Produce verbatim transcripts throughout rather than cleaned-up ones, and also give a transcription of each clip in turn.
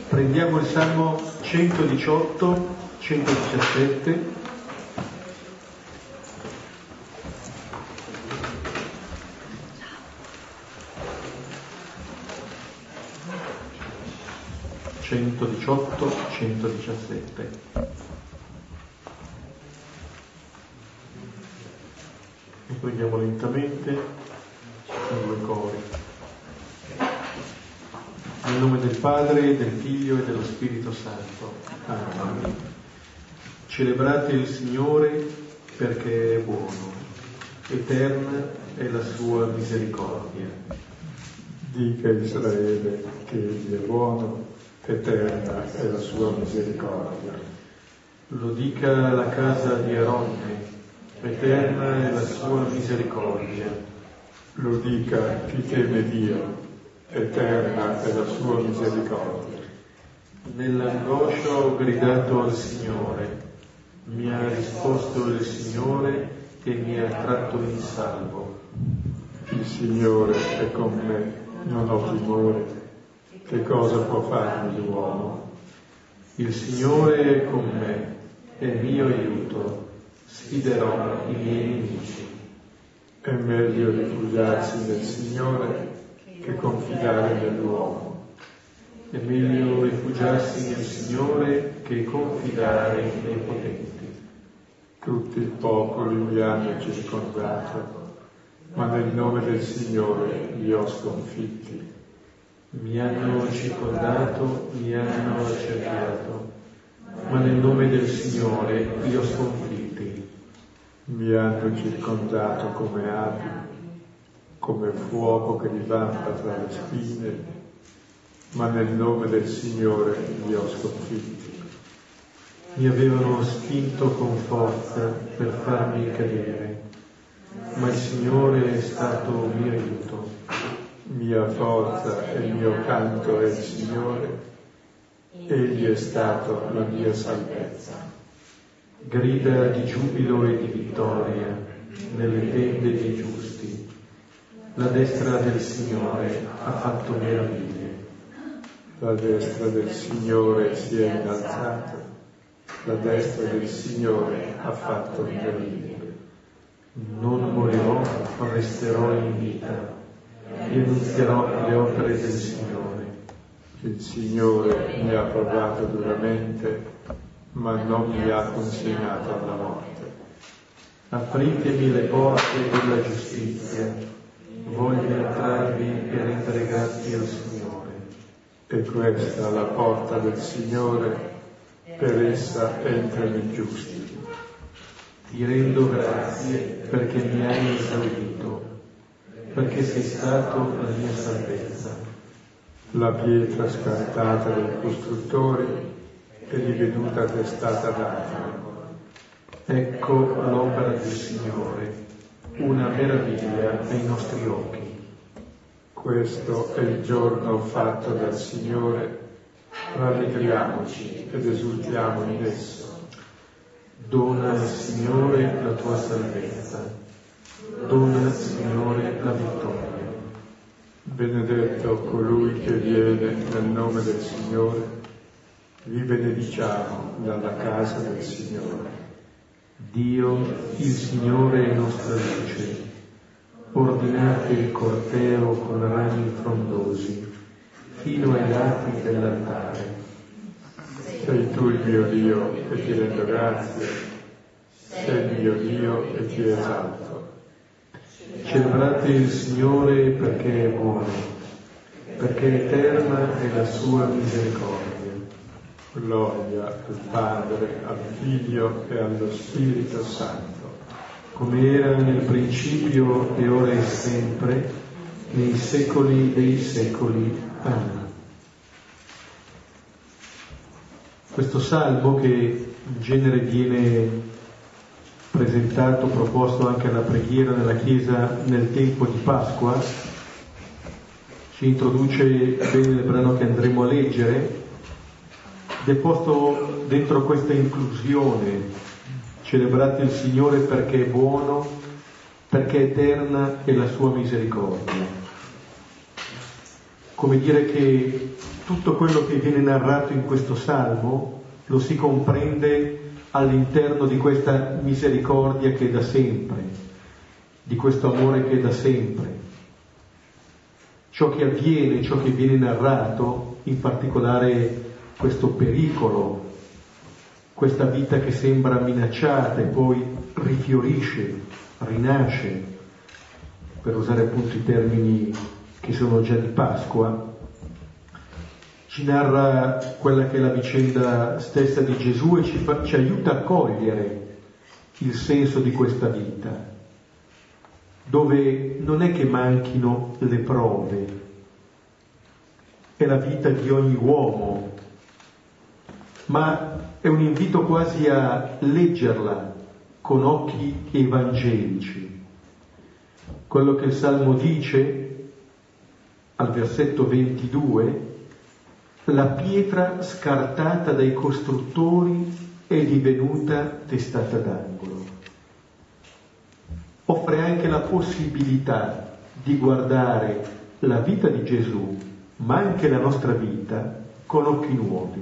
Prendiamo il Salmo centodiciotto, centodiciassette. centodiciotto, centodiciassette. E prendiamo lentamente i due cori. Nel nome del Padre, del Figlio e dello Spirito Santo. Amen. Celebrate il Signore perché è buono, eterna è la sua misericordia. Dica Israele che Egli è buono, eterna è la sua misericordia. Lo dica la casa di Aronne, eterna è la sua misericordia. Lo dica chi teme Dio, eterna è la sua misericordia. Nell'angoscia ho gridato al Signore, mi ha risposto il Signore e mi ha tratto in salvo. Il Signore è con me, non ho timore. Che cosa può farmi l'uomo? Il Signore è con me, è mio aiuto, sfiderò i miei nemici. È meglio rifugiarsi nel Signore che confidare nell'uomo. È meglio rifugiarsi nel Signore che confidare nei potenti. Tutti i popoli mi hanno circondato, ma nel nome del Signore li ho sconfitti. Mi hanno circondato, mi hanno accerchiato, ma nel nome del Signore li ho sconfitti. Mi hanno circondato come api, come fuoco che divampa tra le spine, ma nel nome del Signore li ho sconfitti. Mi avevano spinto con forza per farmi cadere, ma il Signore è stato mio aiuto. Mia forza e mio canto è il Signore, Egli è stato la mia salvezza. Grida di giubilo e di vittoria nelle tende dei giusti. La destra del Signore ha fatto meraviglie. La destra del Signore si è innalzata, la destra del Signore ha fatto meraviglie. Non morirò, resterò in vita e annunzierò le opere del Signore. Il Signore mi ha provato duramente, ma non mi ha consegnato alla morte. Apritemi le porte della giustizia, voglio entrarvi per rendere grazie al Signore. E questa è la porta del Signore, per essa entrano i giusti. Ti rendo grazie perché mi hai esaudito, perché sei stato la mia salvezza. La pietra scartata dai costruttori è divenuta testata d'argine. Ecco l'opera del Signore, una meraviglia ai nostri occhi. Questo è il giorno fatto dal Signore, rallegriamoci ed esultiamo in esso. Dona al Signore la tua salvezza, dona al Signore la vittoria. Benedetto colui che viene nel nome del Signore, vi benediciamo dalla casa del Signore. Dio, il Signore è nostra luce, ordinate il corteo con rami frondosi, fino ai lati dell'altare. Sei tu il mio Dio e ti rendo grazie, sei il mio Dio e ti esalto. Celebrate il Signore perché è buono, perché eterna è la sua misericordia. Gloria al Padre, al Figlio e allo Spirito Santo. Come era nel principio e ora e sempre, nei secoli dei secoli. Amen. Questo salmo, che in genere viene presentato, proposto anche alla preghiera nella Chiesa nel tempo di Pasqua, ci introduce bene il brano che andremo a leggere, ed è posto dentro questa inclusione: celebrate il Signore perché è buono, perché eterna è la sua misericordia. Come dire che tutto quello che viene narrato in questo salmo lo si comprende all'interno di questa misericordia che è da sempre, di questo amore che è da sempre. Ciò che avviene, ciò che viene narrato, in particolare questo pericolo, questa vita che sembra minacciata e poi rifiorisce, rinasce, per usare appunto i termini che sono già di Pasqua, ci narra quella che è la vicenda stessa di Gesù e ci, fa, ci aiuta a cogliere il senso di questa vita, dove non è che manchino le prove, è la vita di ogni uomo, ma è un invito quasi a leggerla con occhi evangelici. Quello che il Salmo dice al versetto ventidue: la pietra scartata dai costruttori è divenuta testata d'angolo. Offre anche la possibilità di guardare la vita di Gesù, ma anche la nostra vita, con occhi nuovi.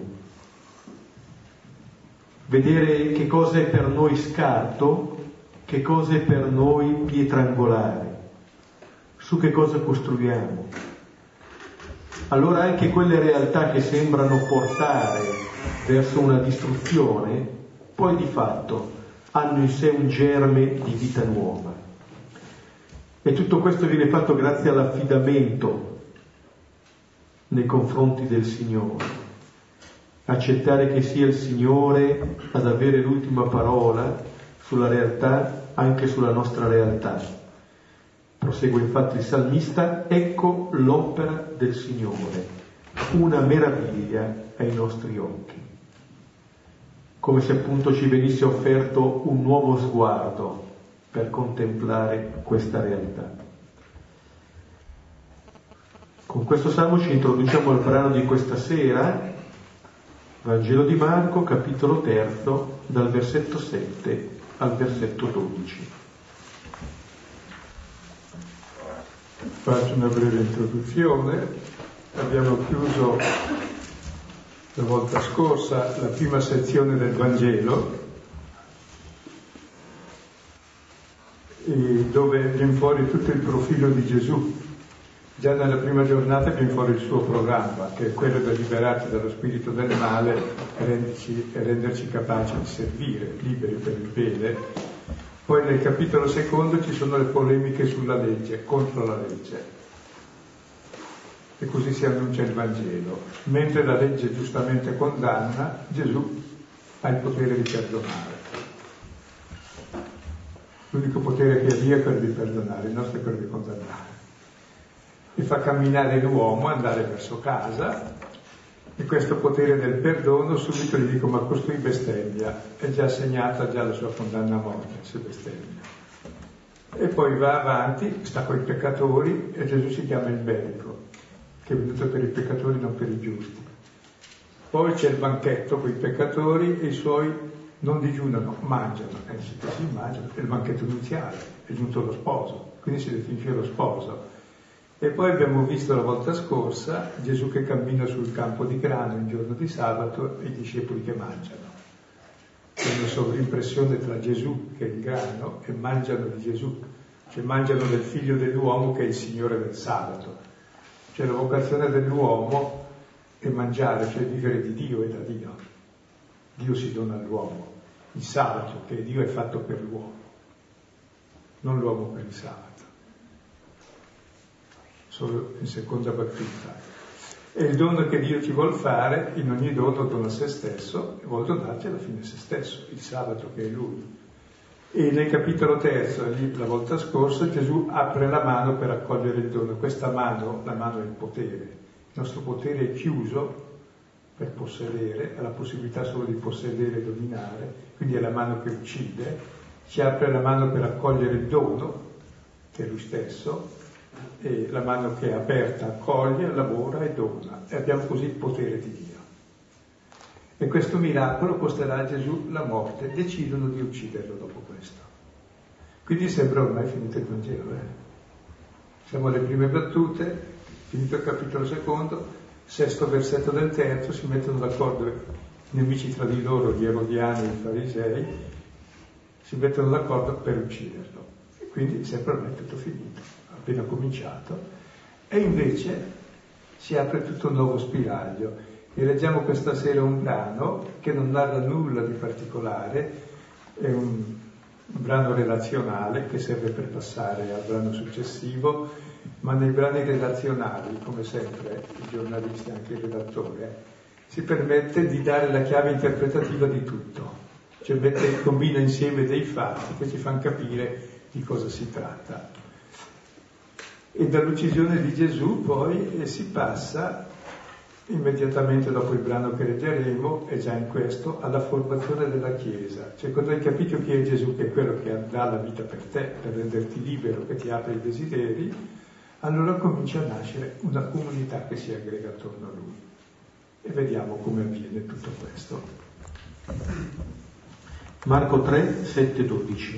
Vedere che cosa è per noi scarto, che cosa è per noi pietra angolare, su che cosa costruiamo. Allora anche quelle realtà che sembrano portare verso una distruzione, poi di fatto hanno in sé un germe di vita nuova. E tutto questo viene fatto grazie all'affidamento nei confronti del Signore. Accettare che sia il Signore ad avere l'ultima parola sulla realtà, anche sulla nostra realtà. Prosegue infatti il salmista: ecco l'opera del Signore, una meraviglia ai nostri occhi. Come se appunto ci venisse offerto un nuovo sguardo per contemplare questa realtà. Con questo salmo ci introduciamo al brano di questa sera, Vangelo di Marco, capitolo terzo, dal versetto sette al versetto dodici. Faccio una breve introduzione. Abbiamo chiuso la volta scorsa la prima sezione del Vangelo, dove viene fuori tutto il profilo di Gesù. Già nella prima giornata viene fuori il suo programma, che è quello di liberarci dallo spirito del male e renderci, e renderci capaci di servire, liberi per il bene. Poi nel capitolo secondo ci sono le polemiche sulla legge, contro la legge. E così si annuncia il Vangelo. Mentre la legge giustamente condanna, Gesù ha il potere di perdonare. L'unico potere che ha Dio è quello di perdonare, il nostro è quello di condannare. E fa camminare l'uomo, andare verso casa, e questo potere del perdono subito gli dico: ma costui bestemmia, è già segnata già la sua condanna a morte se bestemmia. E poi va avanti, sta con i peccatori, e Gesù si chiama il medico, che è venuto per i peccatori, non per i giusti. Poi c'è il banchetto con i peccatori e i suoi non digiunano, mangiano, e si, si mangiano, è il banchetto nuziale, è giunto lo sposo, quindi si definisce lo sposo. E poi abbiamo visto la volta scorsa Gesù che cammina sul campo di grano il giorno di sabato e i discepoli che mangiano. C'è una sovrimpressione tra Gesù, che è il grano, e mangiano di Gesù, cioè mangiano del figlio dell'uomo che è il Signore del sabato. Cioè la vocazione dell'uomo è mangiare, cioè vivere di Dio e da Dio. Dio si dona all'uomo. Il sabato, che Dio è fatto per l'uomo, non l'uomo per il sabato. Solo in seconda battuta. E il dono che Dio ci vuol fare, in ogni dono dona se stesso e vuol donarci alla fine se stesso, il sabato che è Lui. E nel capitolo terzo, lì, la volta scorsa, Gesù apre la mano per accogliere il dono. Questa mano, la mano è il potere. Il nostro potere è chiuso per possedere, ha la possibilità solo di possedere e dominare, quindi è la mano che uccide. Ci apre la mano per accogliere il dono, che è Lui stesso, e la mano che è aperta accoglie, lavora e dona, e abbiamo così il potere di Dio. E questo miracolo costerà a Gesù la morte. Decidono di ucciderlo dopo questo. Quindi sembra ormai finito il Vangelo. Eh? Siamo alle prime battute, finito il capitolo secondo, sesto versetto del terzo, si mettono d'accordo i nemici tra di loro, gli erodiani e i farisei, si mettono d'accordo per ucciderlo. E quindi sembra non è tutto finito, appena cominciato. E invece si apre tutto un nuovo spiraglio. E leggiamo questa sera un brano che non narra nulla di particolare, è un, un brano relazionale che serve per passare al brano successivo, ma nei brani relazionali, come sempre il giornalista e anche il redattore, si permette di dare la chiave interpretativa di tutto, cioè mette, combina insieme dei fatti che ci fanno capire di cosa si tratta. E dall'uccisione di Gesù poi eh, si passa immediatamente dopo il brano che leggeremo, e già in questo, alla formazione della Chiesa. Cioè quando hai capito chi è Gesù, che è quello che dà la vita per te, per renderti libero, che ti apre i desideri, allora comincia a nascere una comunità che si aggrega attorno a lui. E vediamo come avviene tutto questo. Marco tre, sette, dodici.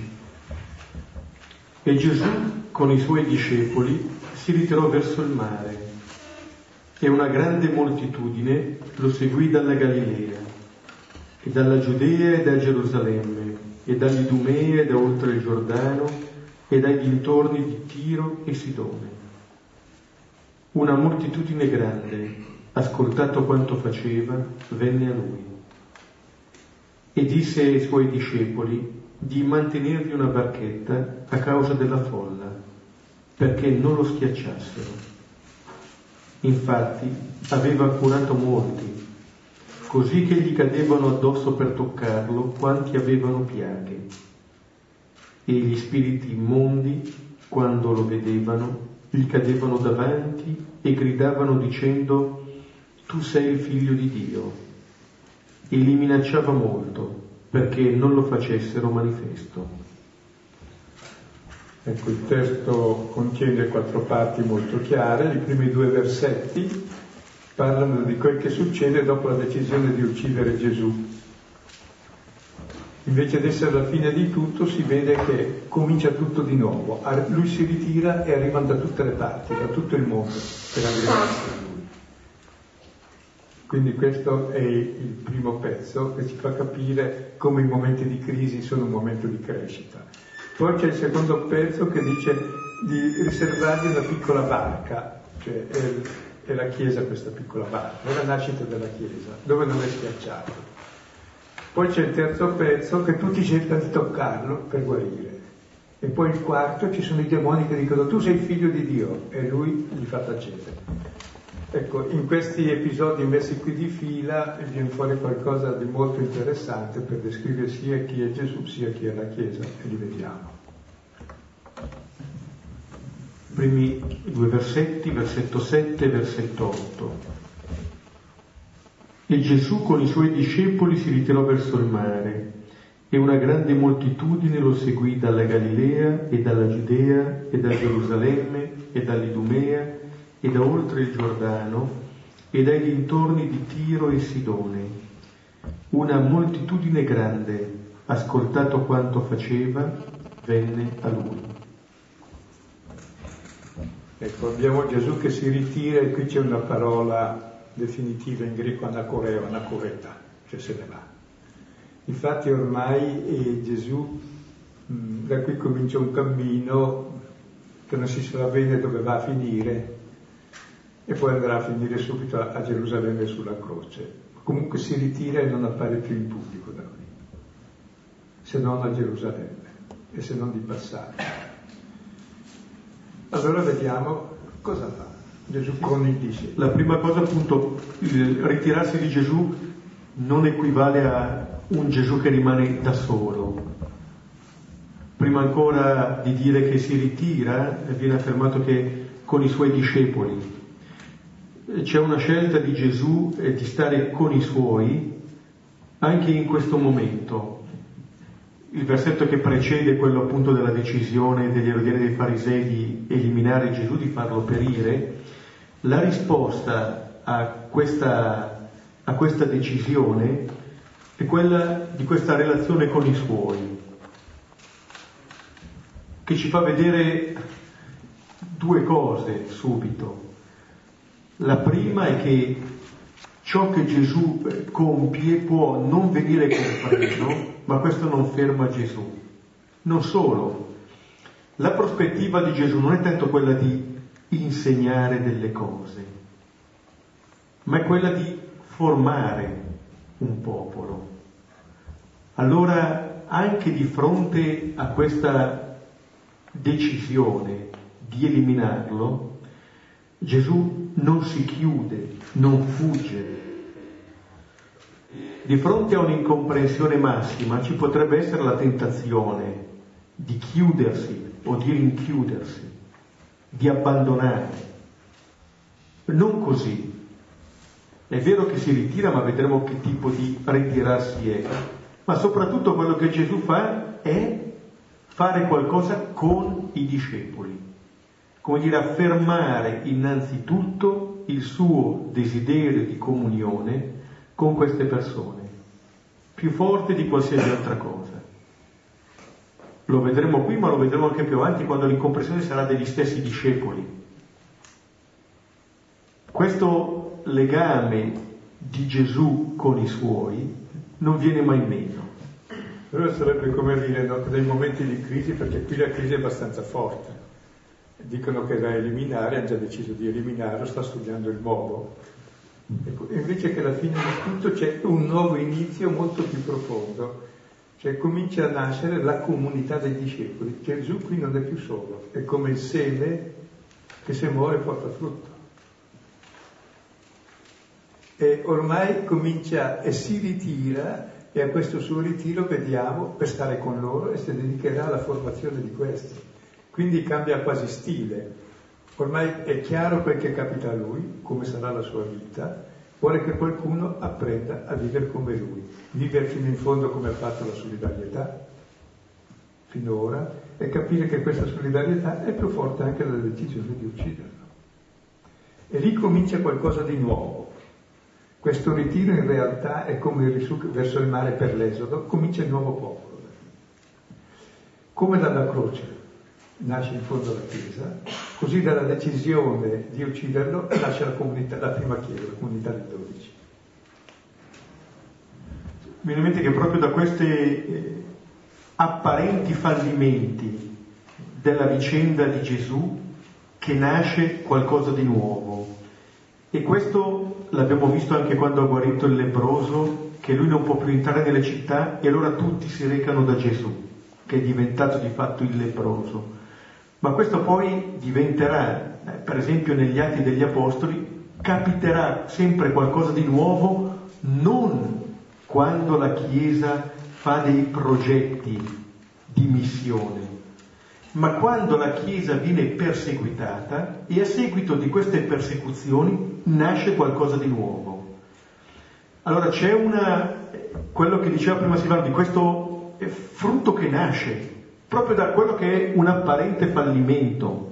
E Gesù con i suoi discepoli si ritirò verso il mare, e una grande moltitudine lo seguì dalla Galilea, e dalla Giudea e da Gerusalemme, e dall'Idumea e da oltre il Giordano, e dai dintorni di Tiro e Sidone. Una moltitudine grande, ascoltato quanto faceva, venne a lui. E disse ai suoi discepoli di mantenergli una barchetta a causa della folla, perché non lo schiacciassero. Infatti aveva curato molti, così che gli cadevano addosso per toccarlo quanti avevano piaghe. E gli spiriti immondi, quando lo vedevano, gli cadevano davanti e gridavano dicendo: tu sei il figlio di Dio. E li minacciava molto perché non lo facessero manifesto. Ecco, il testo contiene quattro parti molto chiare. I primi due versetti parlano di quel che succede dopo la decisione di uccidere Gesù. Invece di essere la fine di tutto, si vede che comincia tutto di nuovo. Lui si ritira e arrivano da tutte le parti, da tutto il mondo, per aggregarsi a lui. Quindi questo è il primo pezzo che ci fa capire come i momenti di crisi sono un momento di crescita. Poi c'è il secondo pezzo che dice di riservargli una piccola barca, cioè è, è la Chiesa questa piccola barca, è la nascita della Chiesa, dove non è schiacciato. Poi c'è il terzo pezzo che tutti cercano di toccarlo per guarire. E poi il quarto, ci sono i demoni che dicono tu sei il figlio di Dio, e lui gli fa tacere. Ecco, in questi episodi messi qui di fila viene fuori qualcosa di molto interessante per descrivere sia chi è Gesù sia chi è la Chiesa, e li vediamo. Primi due versetti, versetto sette e versetto otto. E Gesù con i suoi discepoli si ritirò verso il mare, e una grande moltitudine lo seguì dalla Galilea e dalla Giudea e da Gerusalemme e dall'Idumea e da oltre il Giordano e dai dintorni di Tiro e Sidone. Una moltitudine grande, ascoltato quanto faceva, venne a lui. Ecco, abbiamo Gesù che si ritira, e qui c'è una parola definitiva in greco, anacoreo, anacoreta, cioè se ne va. Infatti ormai eh, Gesù mh, da qui comincia un cammino che non si sa bene dove va a finire, e poi andrà a finire subito a, a Gerusalemme sulla croce. Comunque si ritira e non appare più in pubblico da qui, se non a Gerusalemme, e se non di passaggio. Allora vediamo cosa fa Gesù con i discepoli. La prima cosa, appunto, il ritirarsi di Gesù non equivale a un Gesù che rimane da solo. Prima ancora di dire che si ritira, viene affermato che con i suoi discepoli. C'è una scelta di Gesù di stare con i suoi anche in questo momento. Il versetto che precede quello appunto della decisione degli erodiani e dei farisei di eliminare Gesù, di farlo perire, la risposta a questa, a questa decisione è quella di questa relazione con i suoi, che ci fa vedere due cose subito. La prima è che ciò che Gesù compie può non venire compreso, ma questo non ferma Gesù. Non solo, la prospettiva di Gesù non è tanto quella di insegnare delle cose, ma è quella di formare un popolo. Allora, anche di fronte a questa decisione di eliminarlo, Gesù non si chiude, non fugge. Di fronte a un'incomprensione massima ci potrebbe essere la tentazione di chiudersi o di rinchiudersi, di abbandonare. Non così. È vero che si ritira, ma vedremo che tipo di ritirarsi è. Ma soprattutto quello che Gesù fa è fare qualcosa con i discepoli. Come dire, affermare innanzitutto il suo desiderio di comunione con queste persone, più forte di qualsiasi altra cosa. Lo vedremo qui, ma lo vedremo anche più avanti, quando l'incomprensione sarà degli stessi discepoli. Questo legame di Gesù con i suoi non viene mai meno. Allora sarebbe come dire, no, dei momenti di crisi, perché qui la crisi è abbastanza forte. Dicono che da eliminare, hanno già deciso di eliminarlo, sta studiando il modo. Ecco, invece che alla fine di tutto c'è un nuovo inizio molto più profondo, cioè comincia a nascere la comunità dei discepoli. Gesù qui non è più solo, è come il seme che se muore porta frutto. E ormai comincia e si ritira, e a questo suo ritiro vediamo per stare con loro e si dedicherà alla formazione di questi. Quindi cambia quasi stile. Ormai è chiaro quel che capita a lui, come sarà la sua vita, vuole che qualcuno apprenda a vivere come lui, vivere fino in fondo come ha fatto la solidarietà finora, e capire che questa solidarietà è più forte anche della decisione di ucciderlo. E lì comincia qualcosa di nuovo. Questo ritiro in realtà è come il risucchio verso il mare per l'Esodo, comincia il nuovo popolo. Come dalla croce nasce in fondo la Chiesa, così dalla decisione di ucciderlo nasce la comunità, la prima Chiesa, la comunità dei dodici. Mi viene in mente che proprio da questi eh, apparenti fallimenti della vicenda di Gesù che nasce qualcosa di nuovo. E questo l'abbiamo visto anche quando ha guarito il lebbroso, che lui non può più entrare nelle città e allora tutti si recano da Gesù, che è diventato di fatto il lebbroso. Ma questo poi diventerà, eh, per esempio negli Atti degli Apostoli, capiterà sempre qualcosa di nuovo, non quando la Chiesa fa dei progetti di missione, ma quando la Chiesa viene perseguitata e a seguito di queste persecuzioni nasce qualcosa di nuovo. Allora c'è una, quello che diceva prima Silvano, di questo frutto che nasce proprio da quello che è un apparente fallimento.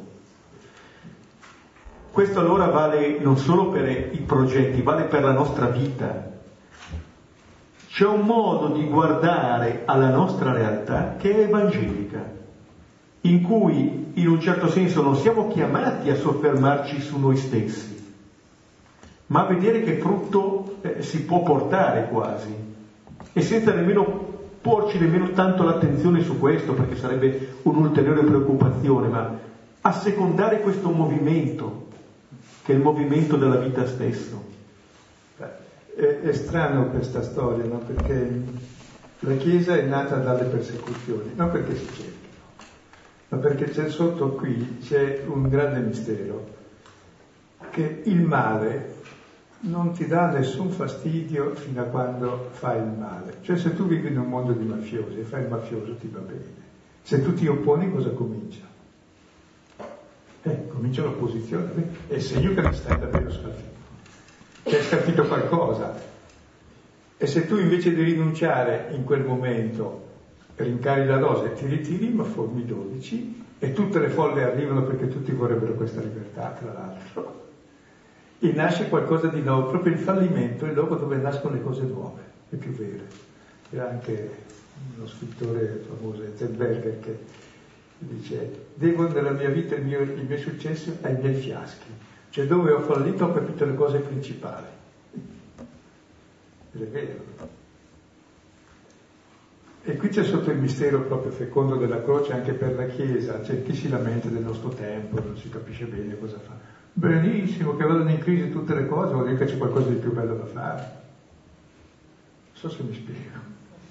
Questo allora vale non solo per i progetti, vale per la nostra vita. C'è un modo di guardare alla nostra realtà che è evangelica, in cui in un certo senso non siamo chiamati a soffermarci su noi stessi, ma a vedere che frutto eh, si può portare quasi, e senza nemmeno porci nemmeno tanto l'attenzione su questo, perché sarebbe un'ulteriore preoccupazione, ma assecondare questo movimento, che è il movimento della vita stesso. È, è strano questa storia, no? Perché la Chiesa è nata dalle persecuzioni, non perché si cercano, ma perché c'è sotto qui, c'è un grande mistero, che il male non ti dà nessun fastidio fino a quando fai il male. Cioè se tu vivi in un mondo di mafiosi e fai il mafioso ti va bene. Se tu ti opponi cosa comincia? Eh, comincia l'opposizione, è il segno che non stai davvero scalfito. C'è scalfito qualcosa. E se tu invece di rinunciare in quel momento rincari la dose, ti ritiri, ma formi dodici e tutte le folle arrivano perché tutti vorrebbero questa libertà, tra l'altro. E nasce qualcosa di nuovo, proprio il fallimento è il luogo dove nascono le cose nuove, le più vere. C'era anche uno scrittore famoso, Zellberger, che dice: devo nella mia vita il mio, il mio successo ai miei fiaschi, Cioè dove ho fallito ho capito le cose principali. Ed è vero. E qui c'è sotto il mistero proprio fecondo della croce anche per la Chiesa. C'è chi si lamenta del nostro tempo, non si capisce bene cosa fa. Benissimo, che vadano in crisi tutte le cose, vuol dire che c'è qualcosa di più bello da fare. Non so se mi spiego.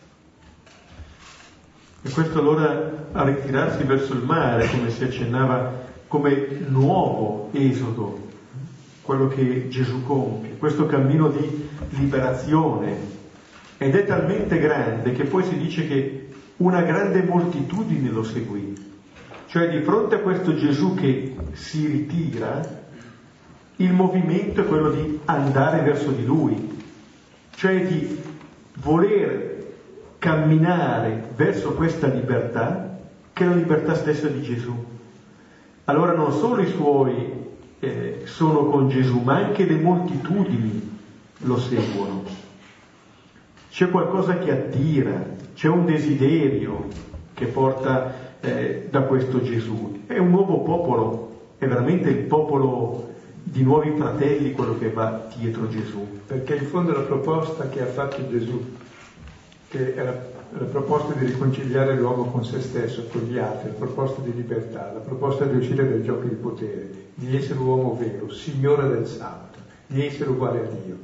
E questo allora a ritirarsi verso il mare, come si accennava, come nuovo esodo, quello che Gesù compie, questo cammino di liberazione, ed è talmente grande che poi si dice che una grande moltitudine lo seguì. Cioè di fronte a questo Gesù che si ritira, il movimento è quello di andare verso di lui, cioè di voler camminare verso questa libertà che è la libertà stessa di Gesù. Allora non solo i suoi eh, sono con Gesù, ma anche le moltitudini lo seguono. C'è qualcosa che attira, c'è un desiderio che porta eh, da questo Gesù. È un nuovo popolo, è veramente il popolo di nuovi fratelli quello che va dietro Gesù. Perché in fondo la proposta che ha fatto Gesù, che è la, la proposta di riconciliare l'uomo con se stesso, con gli altri, la proposta di libertà, la proposta di uscire dai giochi di potere, di essere un uomo vero, signore del sabato, di essere uguale a Dio.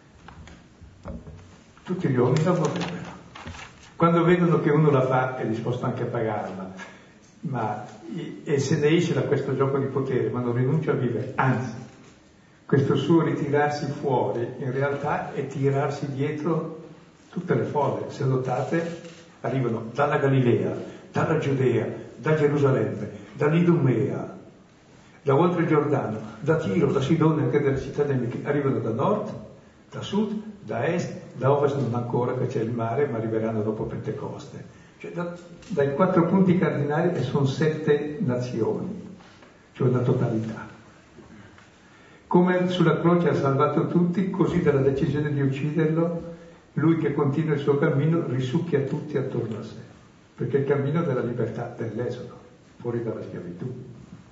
Tutti gli uomini la vorrebbero. Quando vedono che uno la fa è disposto anche a pagarla, ma e se ne esce da questo gioco di potere, ma non rinuncia a vivere, anzi, questo suo ritirarsi fuori in realtà è tirarsi dietro tutte le folle. Se notate, arrivano dalla Galilea, dalla Giudea, da Gerusalemme, dall'Idumea, da oltre il Giordano, da Tiro, da Sidone, anche dalle città nemiche, arrivano da nord, da sud, da est, da ovest non ancora, che c'è il mare, ma arriveranno dopo Pentecoste. Cioè da, dai quattro punti cardinali, e sono sette nazioni, cioè una totalità. Come sulla croce ha salvato tutti, così dalla decisione di ucciderlo, lui che continua il suo cammino risucchia tutti attorno a sé, perché è il cammino della libertà, dell'esodo, fuori dalla schiavitù.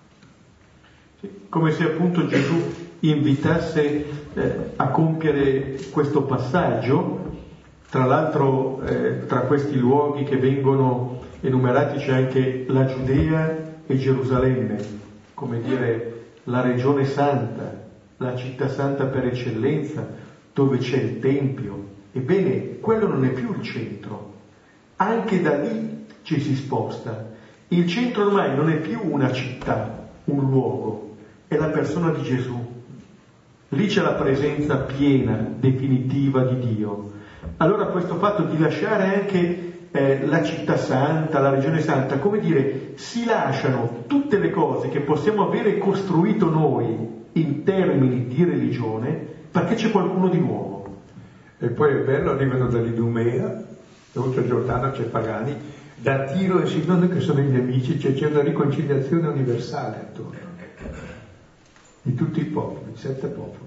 Sì, come se appunto Gesù invitasse eh, a compiere questo passaggio. Tra l'altro eh, tra questi luoghi che vengono enumerati c'è anche la Giudea e Gerusalemme, come dire la regione santa, la città santa per eccellenza, dove c'è il Tempio. Ebbene, quello non è più il centro, anche da lì ci si sposta. Il centro ormai non è più una città, un luogo, è la persona di Gesù. Lì c'è la presenza piena, definitiva di Dio. Allora questo fatto di lasciare anche eh, la città santa, la regione santa, come dire, si lasciano tutte le cose che possiamo avere costruito noi in termini di religione, perché c'è qualcuno di nuovo. E poi è bello, arrivano dall'Idumea, oltre il Giordano c'è pagani, da Tiro e Sidone che sono i nemici, cioè c'è una riconciliazione universale attorno, di tutti i popoli, sette popoli.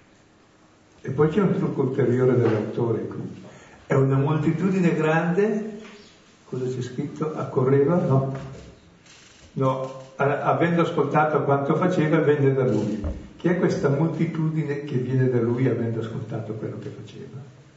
E poi c'è un trucco ulteriore dell'autore qui. È una moltitudine grande, cosa c'è scritto? Accorreva? No. No, avendo ascoltato quanto faceva, venne da lui. Chi è questa moltitudine che viene da lui avendo ascoltato quello che faceva?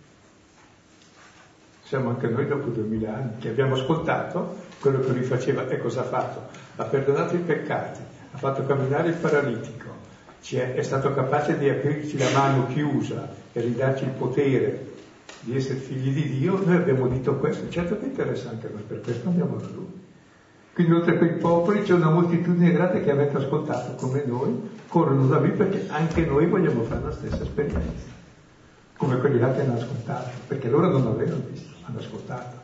Siamo anche noi dopo duemila anni, che abbiamo ascoltato quello che lui faceva. E cosa ha fatto? Ha perdonato i peccati, ha fatto camminare il paralitico, ci è, è stato capace di aprirci la mano chiusa e ridarci il potere di essere figli di Dio. Noi abbiamo udito questo, certo che interessa anche noi, per questo andiamo da lui. Quindi oltre a quei popoli c'è una moltitudine grande che avete ascoltato come noi, corrono da lui perché anche noi vogliamo fare la stessa esperienza, come quelli là che hanno ascoltato, perché loro non l'avevano visto, hanno ascoltato.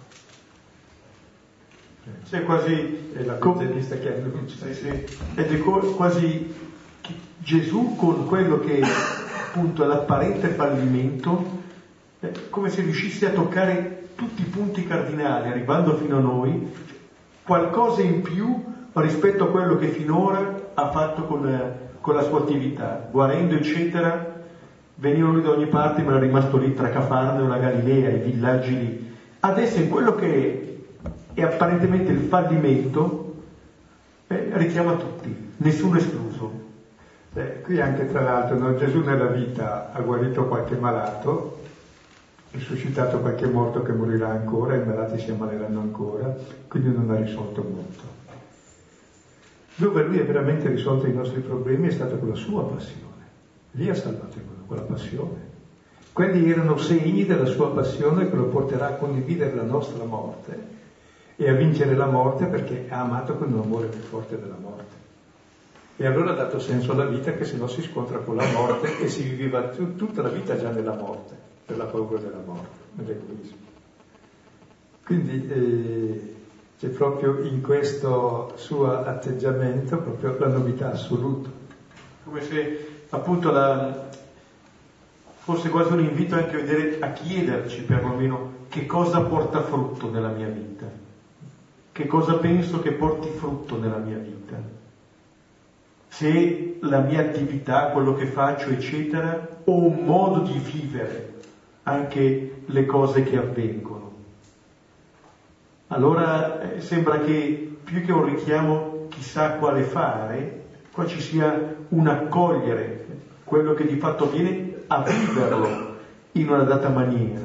C'è quasi è la evangelista che annuncia. Sì, sì. Ed è quasi Gesù con quello che appunto è l'apparente fallimento, è come se riuscisse a toccare tutti i punti cardinali, arrivando fino a noi, qualcosa in più rispetto a quello che finora ha fatto con, con la sua attività, guarendo eccetera. Venivano lui da ogni parte, ma era rimasto lì tra Cafarnao e la Galilea, i villaggi lì. Adesso in quello che è, è apparentemente il fallimento, eh, richiama tutti, nessuno escluso. Eh, qui anche tra l'altro, no? Gesù nella vita ha guarito qualche malato, risuscitato qualche morto che morirà ancora, i malati si ammaleranno ancora, quindi non ha risolto molto. Dove lui ha veramente risolto i nostri problemi è stato con la sua passione. Lì ha salvato il mondo, con la passione. Quelli erano segni della sua passione che lo porterà a condividere la nostra morte e a vincere la morte, perché ha amato con un amore più forte della morte. E allora ha dato senso alla vita, che se no si scontra con la morte e si viveva t- tutta la vita già nella morte, per la paura della morte, nell'egoismo. Quindi eh, c'è proprio in questo suo atteggiamento proprio la novità assoluta. Come se appunto la, fosse quasi un invito anche a vedere, a chiederci perlomeno che cosa porta frutto nella mia vita, che cosa penso che porti frutto nella mia vita. Se la mia attività, quello che faccio, eccetera, ho un modo di vivere anche le cose che avvengono. Allora eh, sembra che più che un richiamo chissà quale fare, qua ci sia un accogliere quello che di fatto avviene, a viverlo in una data maniera.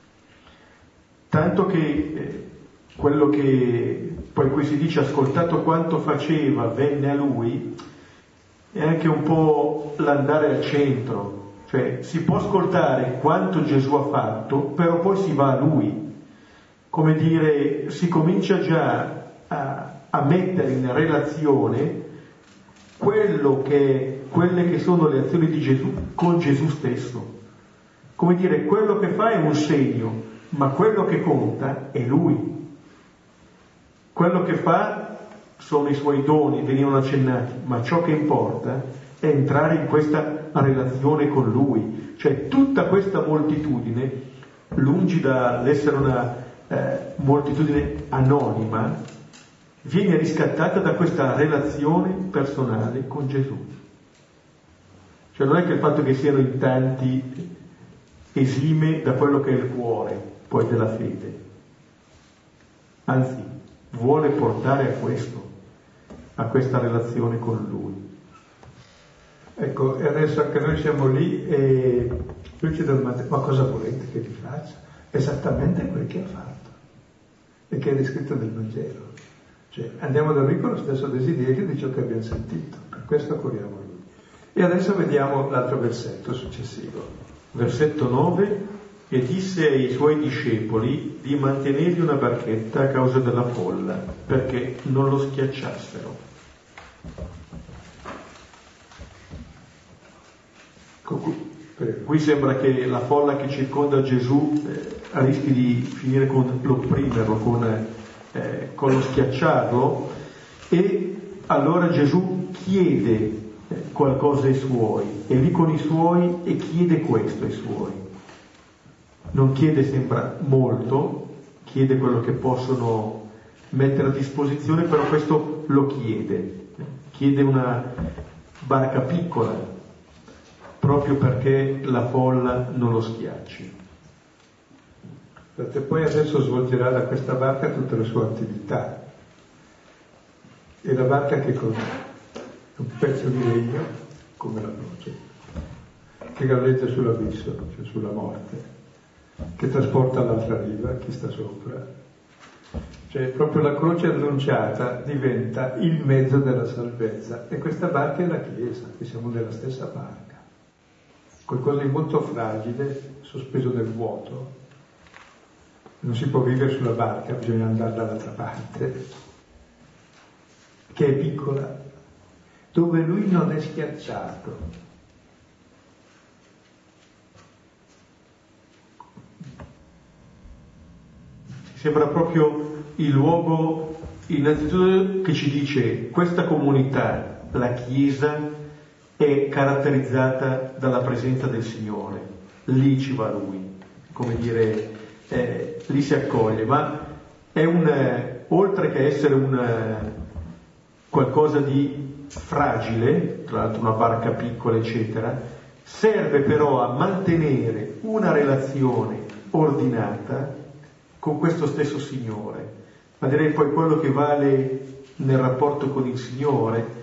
Tanto che eh, quello che poi qui si dice, ascoltato quanto faceva, venne a lui, è anche un po' l'andare al centro, cioè si può ascoltare quanto Gesù ha fatto, però poi si va a lui, come dire, si comincia già a, a mettere in relazione quello che, quelle che sono le azioni di Gesù con Gesù stesso, come dire, quello che fa è un segno, ma quello che conta è lui, quello che fa sono i suoi doni, venivano accennati, ma ciò che importa è entrare in questa relazione con lui. Cioè tutta questa moltitudine, lungi dall'essere una eh, moltitudine anonima, viene riscattata da questa relazione personale con Gesù. Cioè non è che il fatto che siano in tanti esime da quello che è il cuore poi della fede, anzi vuole portare a questo, a questa relazione con Lui. Ecco, e adesso anche noi siamo lì e lui ci domanda, ma cosa volete che vi faccia? Esattamente quel che ha fatto e che è descritto nel Vangelo. Cioè andiamo da lui con lo stesso desiderio di ciò che abbiamo sentito, per questo corriamo a lui. E adesso vediamo l'altro versetto successivo. Versetto nove: e disse ai suoi discepoli di mantenergli una barchetta a causa della folla, perché non lo schiacciassero. Qui sembra che la folla che circonda Gesù eh, rischi di finire con l'opprimerlo, con, eh, con lo schiacciarlo, e allora Gesù chiede eh, qualcosa ai suoi, è lì con i suoi e chiede questo ai suoi. Non chiede, sembra, molto, chiede quello che possono mettere a disposizione, però questo lo chiede, chiede una barca piccola, proprio perché la folla non lo schiacci. E poi adesso svolgerà da questa barca tutte le sue attività. E la barca che cos'è? È un pezzo di legno, come la croce, che galleggia sull'abisso, cioè sulla morte, che trasporta all'altra riva chi sta sopra. Cioè proprio la croce annunciata diventa il mezzo della salvezza, e questa barca è la Chiesa, che siamo nella stessa barca, qualcosa di molto fragile, sospeso nel vuoto. Non si può vivere sulla barca, bisogna andare dall'altra parte, che è piccola, dove lui non è schiacciato. Sembra proprio il luogo, innanzitutto, che ci dice questa comunità, la Chiesa, è caratterizzata dalla presenza del Signore. Lì ci va Lui, come dire, eh, lì si accoglie, ma è un, eh, oltre che essere un eh, qualcosa di fragile, tra l'altro una barca piccola, eccetera, serve però a mantenere una relazione ordinata con questo stesso Signore. Ma direi poi quello che vale nel rapporto con il Signore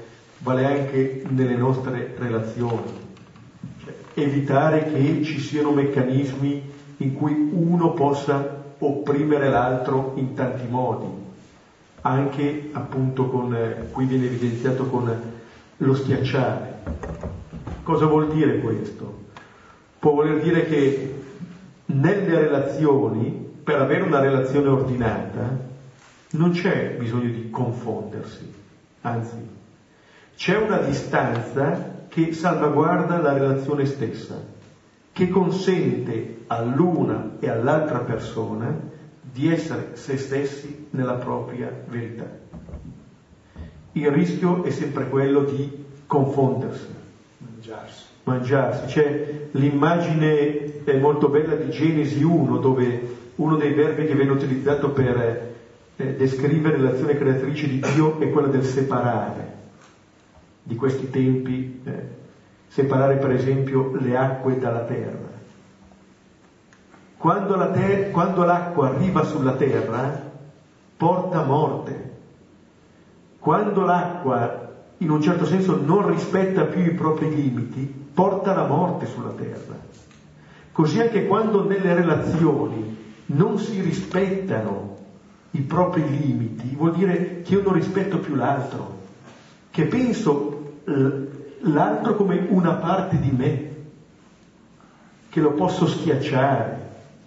vale anche nelle nostre relazioni. Cioè, evitare che ci siano meccanismi in cui uno possa opprimere l'altro in tanti modi, anche appunto con, qui viene evidenziato con lo schiacciare. Cosa vuol dire questo? Può voler dire che nelle relazioni, per avere una relazione ordinata, non c'è bisogno di confondersi, anzi, c'è una distanza che salvaguarda la relazione stessa, che consente all'una e all'altra persona di essere se stessi nella propria verità. Il rischio è sempre quello di confondersi, mangiarsi. mangiarsi. C'è l'immagine è molto bella di Genesi uno, dove uno dei verbi che viene utilizzato per eh, descrivere l'azione creatrice di Dio è quella del separare. Di questi tempi, eh, separare per esempio le acque dalla terra. Quando, la ter- quando l'acqua arriva sulla terra, porta morte. Quando l'acqua in un certo senso non rispetta più i propri limiti, porta la morte sulla terra. Così anche quando nelle relazioni non si rispettano i propri limiti, vuol dire che io non rispetto più l'altro, che penso l'altro come una parte di me, che lo posso schiacciare.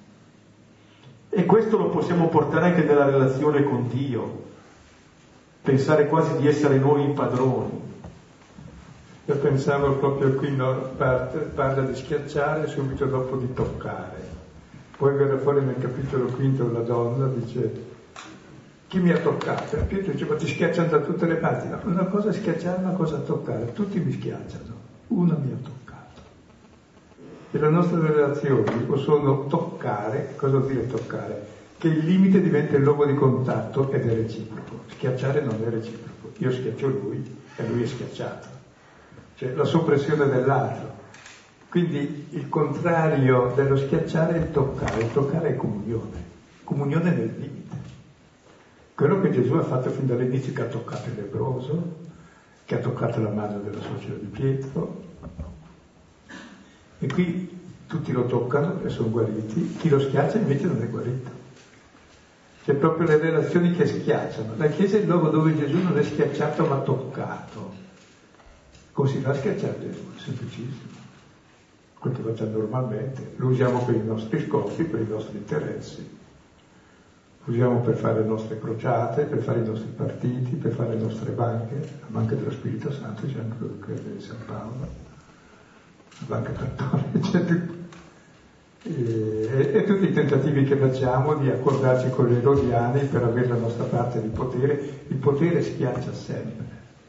E questo lo possiamo portare anche nella relazione con Dio, pensare quasi di essere noi i padroni. Io pensavo proprio qui, no, parla di schiacciare subito dopo di toccare. Poi verrà fuori nel capitolo quinto la donna dice: chi mi ha toccato? E Pietro dice: ma ti schiacciano da tutte le parti. No, una cosa è schiacciare, una cosa è toccare. Tutti mi schiacciano, una mi ha toccato. E le nostre relazioni possono toccare. Cosa vuol dire toccare? Che il limite diventa il luogo di contatto ed è reciproco. Schiacciare non è reciproco. Io schiaccio lui e lui è schiacciato. Cioè la soppressione dell'altro. Quindi il contrario dello schiacciare è il toccare. Il toccare è comunione. Comunione nel limite. Quello che Gesù ha fatto fin dall'inizio, che ha toccato il lebbroso, che ha toccato la mano della suocera di Pietro. E qui tutti lo toccano e sono guariti. Chi lo schiaccia invece non è guarito. C'è proprio le relazioni che schiacciano. La Chiesa è il luogo dove Gesù non è schiacciato ma toccato. Come si fa a schiacciare Gesù? È semplicissimo. Quello che facciamo normalmente. Lo usiamo per i nostri scopi, per i nostri interessi. Lo usiamo per fare le nostre crociate, per fare i nostri partiti, per fare le nostre banche. La banca dello Spirito Santo, c'è anche quella di San Paolo, la banca cattolica, e, e tutti i tentativi che facciamo di accordarci con gli erodiani per avere la nostra parte di potere. Il potere schiaccia sempre.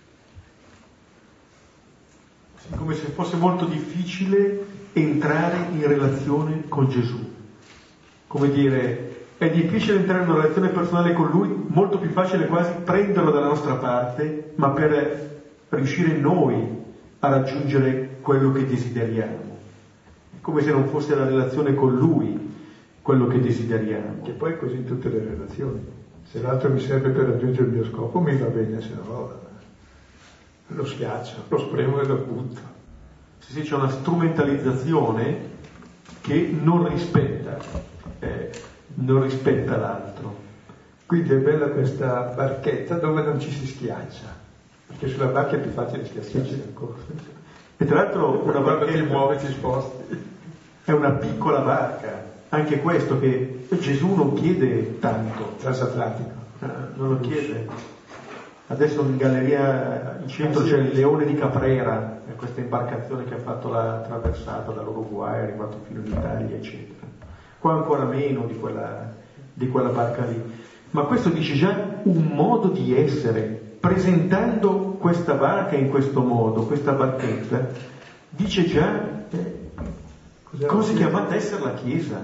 Come se fosse molto difficile entrare in relazione con Gesù. Come dire, è difficile entrare in una relazione personale con Lui, molto più facile quasi prenderlo dalla nostra parte, ma per riuscire noi a raggiungere quello che desideriamo. È come se non fosse la relazione con Lui quello che desideriamo. Che poi è così in tutte le relazioni. Se l'altro mi serve per raggiungere il mio scopo, mi va bene, se no lo schiaccio, lo spremo e lo butto. Sì, sì, c'è una strumentalizzazione che non rispetta, eh, non rispetta l'altro. Quindi è bella questa barchetta dove non ci si schiaccia, perché sulla barca è più facile schiacciarsi ancora. E tra l'altro una barchetta ti muovi, ti sposti. È una piccola barca, anche questo che Gesù non chiede tanto. Transatlantico. Eh, non lo chiede. Adesso in galleria in centro c'è il Leone di Caprera, questa imbarcazione che ha fatto la traversata dall'Uruguay, è arrivato fino in Italia, eccetera. Qua ancora meno di quella, di quella barca lì. Ma questo dice già un modo di essere, presentando questa barca in questo modo, questa barchetta, dice già eh, cosa è chiamata a essere la Chiesa.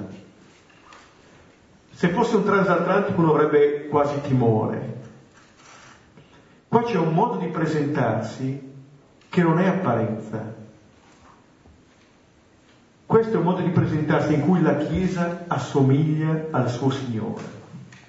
Se fosse un transatlantico non avrebbe quasi timore. Qua c'è un modo di presentarsi che non è apparenza. Questo è un modo di presentarsi in cui la Chiesa assomiglia al suo Signore.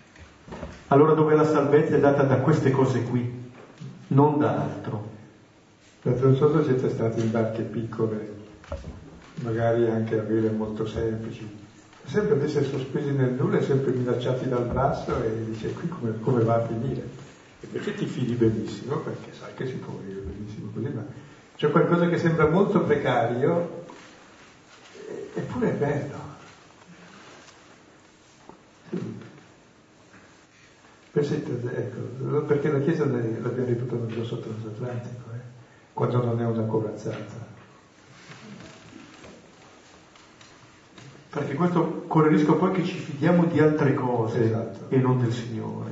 Allora dove la salvezza è data da queste cose qui, non da altro. Non so se siete stati in barche piccole, magari anche a vele molto semplici, sempre ad essere sospesi nel nulla e sempre minacciati dal basso, e dice qui come, come va a finire? E invece ti fidi benissimo perché sai che si può vivere benissimo così, ma c'è qualcosa che sembra molto precario, eppure è bello. Pensate, ecco, perché la Chiesa l'abbiamo ripetuto nel grosso transatlantico, eh? Quando non è una corazzata. Perché questo corre il rischio poi che ci fidiamo di altre cose, esatto, e non del Signore.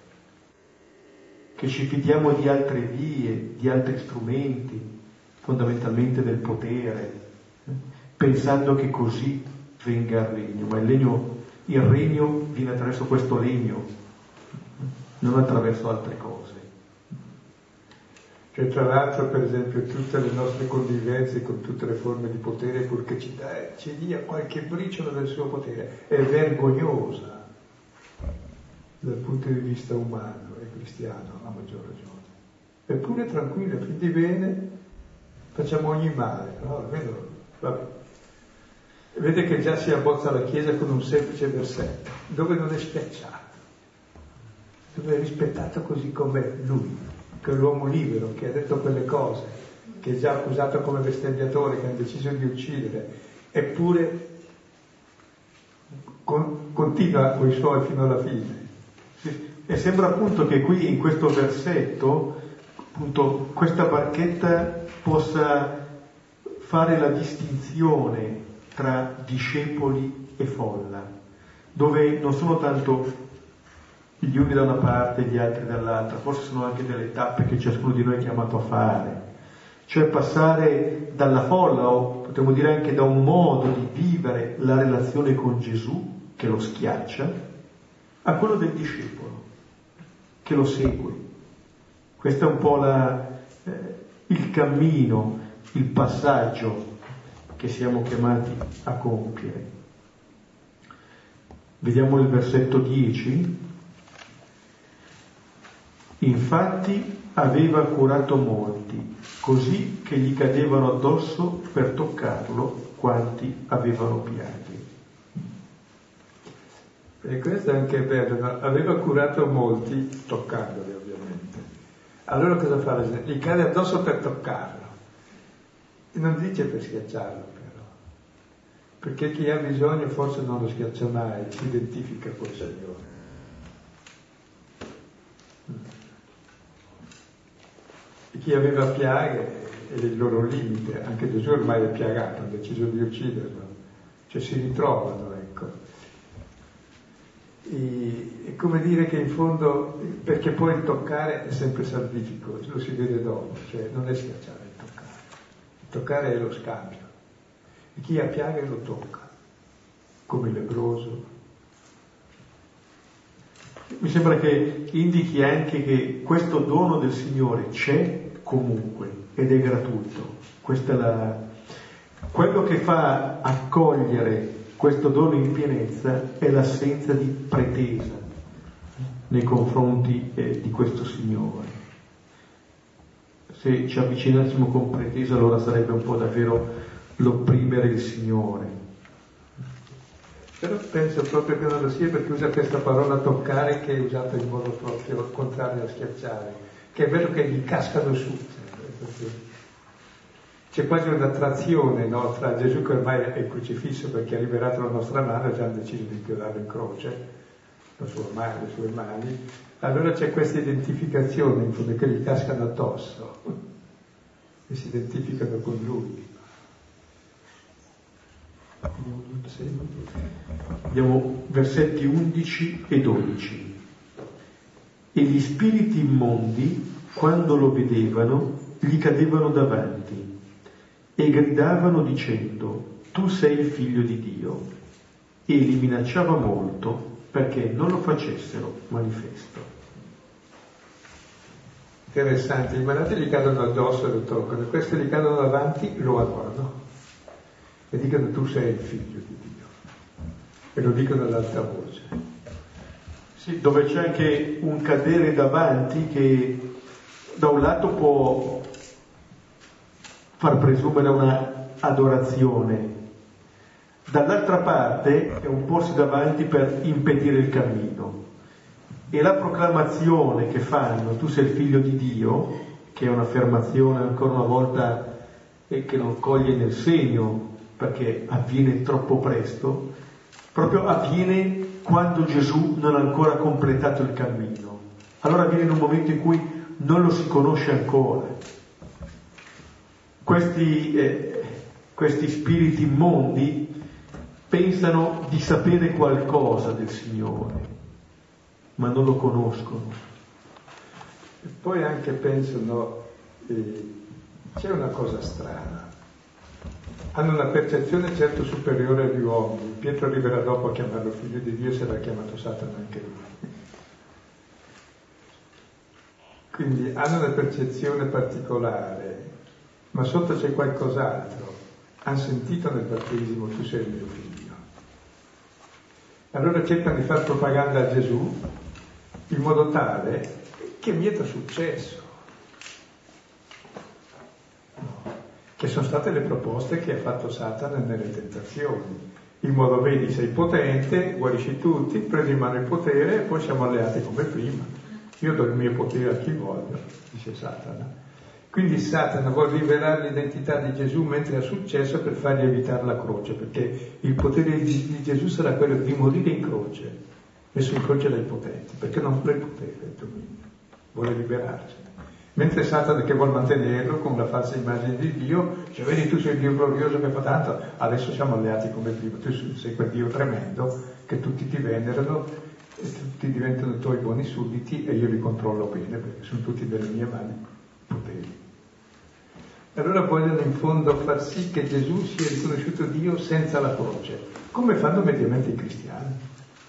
Che ci fidiamo di altre vie, di altri strumenti, fondamentalmente del potere, eh? pensando che così venga il regno. Ma il regno, il regno viene attraverso questo legno, non attraverso altre cose. Cioè, tra l'altro, per esempio, tutte le nostre convivenze con tutte le forme di potere, purché ci, dà, ci dia qualche briciolo del suo potere, è vergognosa dal punto di vista umano e cristiano, a maggior ragione. Eppure tranquilla, fin di bene, facciamo ogni male, no? Almeno, vabbè. Vede che già si abbozza la Chiesa con un semplice versetto, dove non è schiacciato, dove è rispettato così come lui, che è l'uomo libero, che ha detto quelle cose, che è già accusato come bestemmiatore, che ha deciso di uccidere, eppure con, continua con i suoi fino alla fine. Sì. E sembra appunto che qui in questo versetto appunto questa barchetta possa fare la distinzione tra discepoli e folla, dove non sono tanto gli uni da una parte e gli altri dall'altra, forse sono anche delle tappe che ciascuno di noi è chiamato a fare, cioè passare dalla folla, o potremmo dire anche da un modo di vivere la relazione con Gesù, che lo schiaccia, a quello del discepolo, che lo segue. Questo è un po' la, eh, il cammino, il passaggio che siamo chiamati a compiere. Vediamo il versetto dieci. Infatti aveva curato molti, così che gli cadevano addosso per toccarlo quanti avevano piaghe. E questo è anche bello, no? Aveva curato molti, toccandoli ovviamente. Allora cosa fa? Gli cade addosso per toccarlo. E non dice per schiacciarlo però. Perché chi ha bisogno forse non lo schiaccia mai, si identifica col Signore. E chi aveva piaghe è il loro limite, anche Gesù ormai è piagato, ha deciso di ucciderlo, cioè si ritrovano, ecco. E, è come dire che in fondo, perché poi il toccare è sempre salvifico, lo si vede dopo, cioè non è schiacciare il toccare, il toccare è lo scambio, e chi ha piaghe lo tocca, come il lebbroso. Mi sembra che indichi anche che questo dono del Signore c'è comunque ed è gratuito. Questa è la... Quello che fa accogliere questo dono in pienezza è l'assenza di pretesa nei confronti eh, di questo Signore. Se ci avvicinassimo con pretesa, allora sarebbe un po' davvero l'opprimere il Signore. Però penso proprio che non lo sia, perché usa questa parola toccare, che è usata in modo proprio contrario a schiacciare, che è vero che gli cascano su. C'è quasi un'attrazione, no, tra Gesù, che ormai è il crocifisso perché ha liberato la nostra mano e già hanno deciso di inchiodarlo in croce, la sua mano, le sue mani. Allora c'è questa identificazione in fondo, che gli cascano addosso e si identificano con lui. Abbiamo versetti undici e dodici. E gli spiriti immondi, quando lo vedevano, gli cadevano davanti e gridavano dicendo: tu sei il figlio di Dio. E li minacciava molto perché non lo facessero manifesto. Interessante, i malati gli cadono addosso e lo toccano, questi gli cadono davanti, lo adorano e dicono: tu sei il figlio di Dio, e lo dicono ad alta voce. Sì, dove c'è anche un cadere davanti che da un lato può far presumere una adorazione, dall'altra parte è un porsi davanti per impedire il cammino. E la proclamazione che fanno, tu sei il figlio di Dio, che è un'affermazione ancora una volta e che non coglie nel segno perché avviene troppo presto, proprio avviene quando Gesù non ha ancora completato il cammino. Allora avviene in un momento in cui non lo si conosce ancora. Questi, eh, questi spiriti immondi pensano di sapere qualcosa del Signore, ma non lo conoscono. E poi anche pensano, eh, c'è una cosa strana, hanno una percezione certo superiore agli uomini. Pietro arriverà dopo a chiamarlo figlio di Dio, sarà chiamato Satana anche lui. Quindi hanno una percezione particolare, ma sotto c'è qualcos'altro. Hanno sentito nel battesimo tu sei il mio figlio. Allora cercano di far propaganda a Gesù in modo tale che mieta successo. No. Che sono state le proposte che ha fatto Satana nelle tentazioni. In modo, vedi, sei potente, guarisci tutti, prendi in mano il potere e poi siamo alleati come prima. Io do il mio potere a chi voglio, dice Satana. Quindi Satana vuole rivelare l'identità di Gesù mentre ha successo per fargli evitare la croce, perché il potere di Gesù sarà quello di morire in croce, messo in croce dai potenti, perché non vuole il potere, il dominio, vuole liberarsi. Mentre Satana, che vuole mantenerlo con la falsa immagine di Dio, dice, vedi, tu sei il Dio glorioso che fa tanto, adesso siamo alleati come prima, tu sei quel Dio tremendo che tutti ti venerano e tutti diventano tuoi buoni sudditi e io li controllo bene perché sono tutti delle mie mani poteri. Allora vogliono in fondo far sì che Gesù sia riconosciuto Dio senza la croce, come fanno mediamente i cristiani.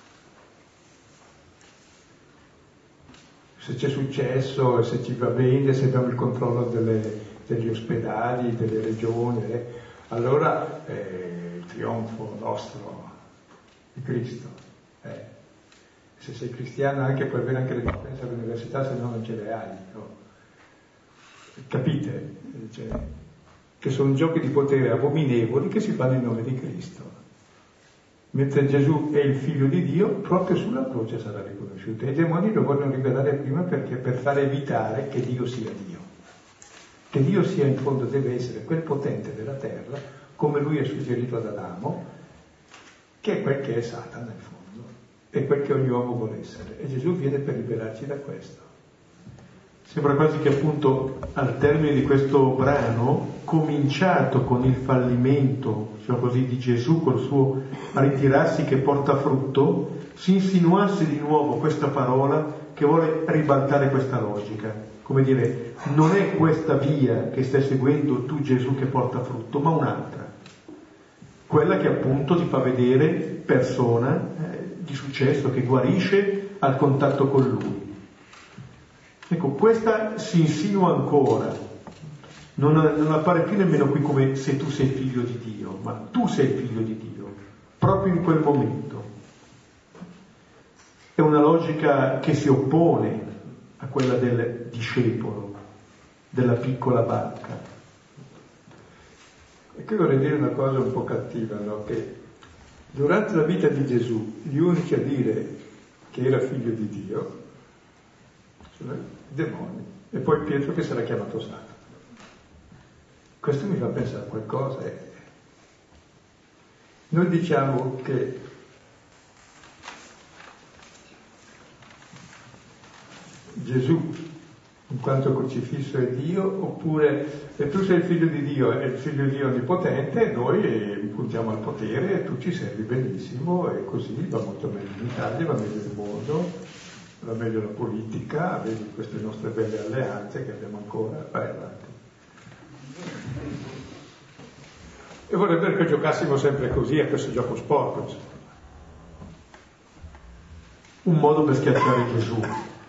Se c'è successo, se ci va bene, se abbiamo il controllo delle, degli ospedali, delle regioni, eh, allora eh, il trionfo nostro di Cristo. Eh. Se sei cristiano anche puoi avere anche le dispense all'università, se no non ce le hai. No? Capite? Cioè, che sono giochi di potere abominevoli che si fanno in nome di Cristo. Mentre Gesù è il figlio di Dio, proprio sulla croce sarà riconosciuto. E i demoni lo vogliono rivelare prima perché per far evitare che Dio sia Dio. Che Dio sia in fondo deve essere quel potente della terra, come lui è suggerito ad Adamo, che è quel che è Satana in fondo, è quel che ogni uomo vuole essere. E Gesù viene per liberarci da questo. Sembra quasi che appunto al termine di questo brano, cominciato con il fallimento, diciamo così, di Gesù col suo ritirarsi che porta frutto, si insinuasse di nuovo questa parola che vuole ribaltare questa logica. Come dire, non è questa via che stai seguendo tu Gesù che porta frutto, ma un'altra. Quella che appunto ti fa vedere persona eh, di successo, che guarisce al contatto con Lui. Ecco, questa si insinua ancora, non, non appare più nemmeno qui come se tu sei figlio di Dio, ma tu sei figlio di Dio, proprio in quel momento. È una logica che si oppone a quella del discepolo, della piccola barca. E qui vorrei dire una cosa un po' cattiva, no? Che durante la vita di Gesù gli unici a dire che era figlio di Dio sono i demoni e poi Pietro che sarà chiamato Satana. Questo mi fa pensare a qualcosa. Eh. Noi diciamo che Gesù in quanto crocifisso è Dio, oppure se tu sei il figlio di Dio e il figlio di Dio onnipotente, noi puntiamo al potere e tu ci servi benissimo e così va molto meglio in Italia, va meglio il mondo, va meglio la politica, vedi queste nostre belle alleanze che abbiamo ancora, vai avanti. E vorrebbe che giocassimo sempre così a questo gioco sporco, insomma. Un modo per schiacciare Gesù,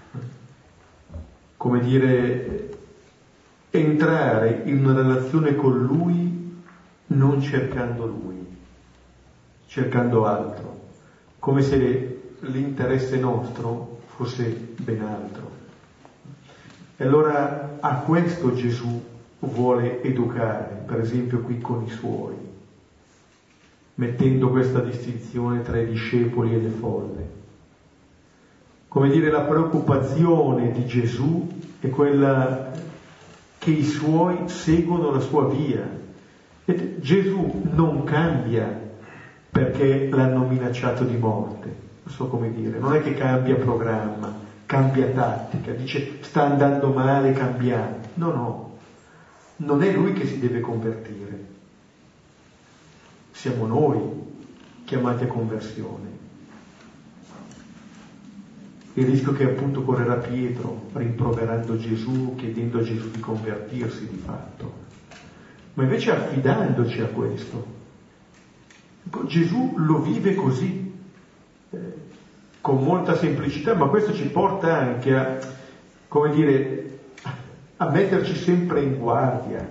come dire, entrare in una relazione con Lui non cercando Lui, cercando altro, come se l'interesse nostro fosse ben altro. E allora a questo Gesù vuole educare, per esempio qui con i suoi, mettendo questa distinzione tra i discepoli e le folle. Come dire, la preoccupazione di Gesù è quella che i suoi seguono la sua via. E Gesù non cambia perché l'hanno minacciato di morte, non so come dire, non è che cambia programma, cambia tattica, dice sta andando male, cambiamo. No, no, non è lui che si deve convertire, siamo noi chiamati a conversione. Il rischio che appunto correrà Pietro rimproverando Gesù, chiedendo a Gesù di convertirsi di fatto, ma invece affidandoci a questo. Gesù lo vive così, eh, con molta semplicità, ma questo ci porta anche a, come dire, a metterci sempre in guardia,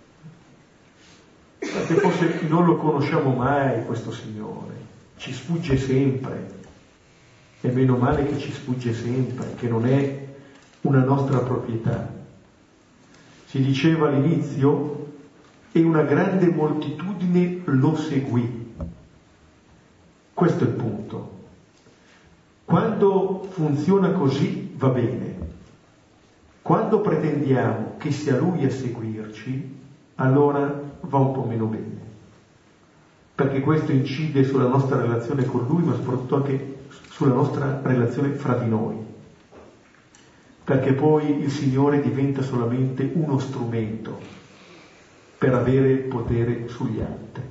perché forse non lo conosciamo mai questo Signore, ci sfugge sempre, e meno male che ci sfugge sempre, che non è una nostra proprietà. Si diceva all'inizio, e una grande moltitudine lo seguì. Questo è il punto. Quando funziona così va bene. Quando pretendiamo che sia Lui a seguirci, allora va un po' meno bene. Perché questo incide sulla nostra relazione con Lui, ma soprattutto anche sulla nostra relazione fra di noi. Perché poi il Signore diventa solamente uno strumento per avere il potere sugli altri.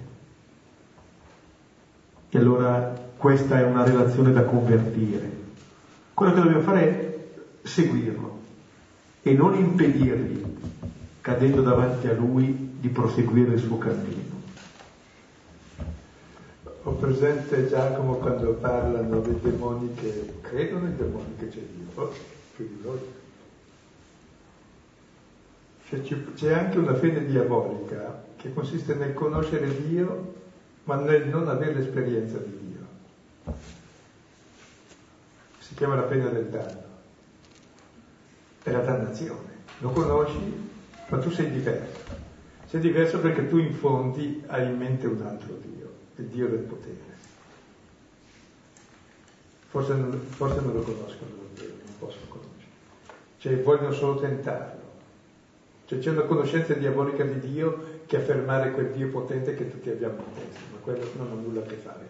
E allora questa è una relazione da convertire. Quello che dobbiamo fare è seguirlo e non impedirgli, cadendo davanti a lui, di proseguire il suo cammino. Ho presente Giacomo quando parlano dei demoni che credono ai demoni che c'è Dio, oh, più di loro. Cioè, c'è anche una fede diabolica che consiste nel conoscere Dio ma nel non avere l'esperienza di Dio. Si chiama la pena del danno. È la dannazione. Lo conosci, ma tu sei diverso. Sei diverso perché tu in fondi hai in mente un altro Dio, il Dio del potere. Forse non, forse non lo conoscono davvero, non possono conoscere. Cioè vogliono solo tentarlo. Cioè c'è una conoscenza diabolica di Dio che affermare quel Dio potente che tutti abbiamo in testa, ma quello non ha nulla a che fare.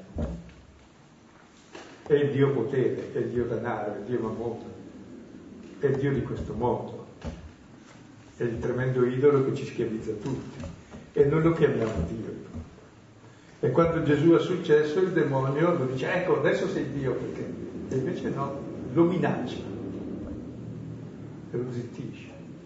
È il Dio potere, è il Dio denaro, è il Dio mammone, è il Dio di questo mondo, è il tremendo idolo che ci schiavizza tutti e noi lo chiamiamo Dio. E quando Gesù ha successo il demonio lo dice ecco adesso sei Dio perché e invece no, lo minaccia e lo zittisce.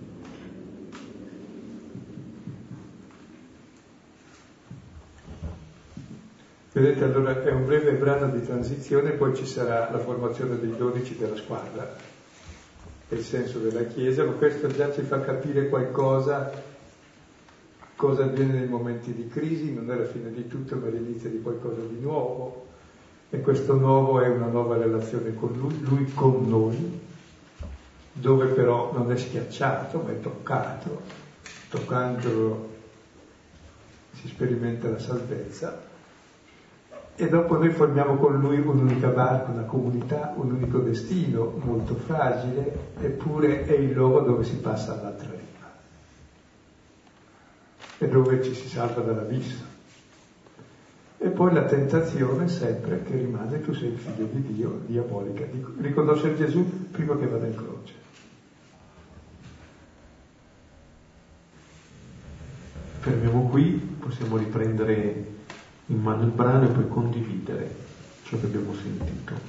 Vedete, allora è un breve brano di transizione, poi ci sarà la formazione dei dodici della squadra, è il senso della Chiesa, ma questo già ci fa capire qualcosa, cosa avviene nei momenti di crisi, non è la fine di tutto, ma l'inizio di qualcosa di nuovo, e questo nuovo è una nuova relazione con Lui, Lui con noi, dove però non è schiacciato, ma è toccato, toccandolo si sperimenta la salvezza. E dopo noi formiamo con lui un'unica barca, una comunità, un unico destino molto fragile, eppure è il luogo dove si passa all'altra riva e dove ci si salva dall'abisso. E poi la tentazione sempre che rimane tu sei il figlio di Dio, diabolica, di riconoscere Gesù prima che vada in croce. Fermiamo qui, possiamo riprendere in mano il brano e poi condividere ciò che abbiamo sentito.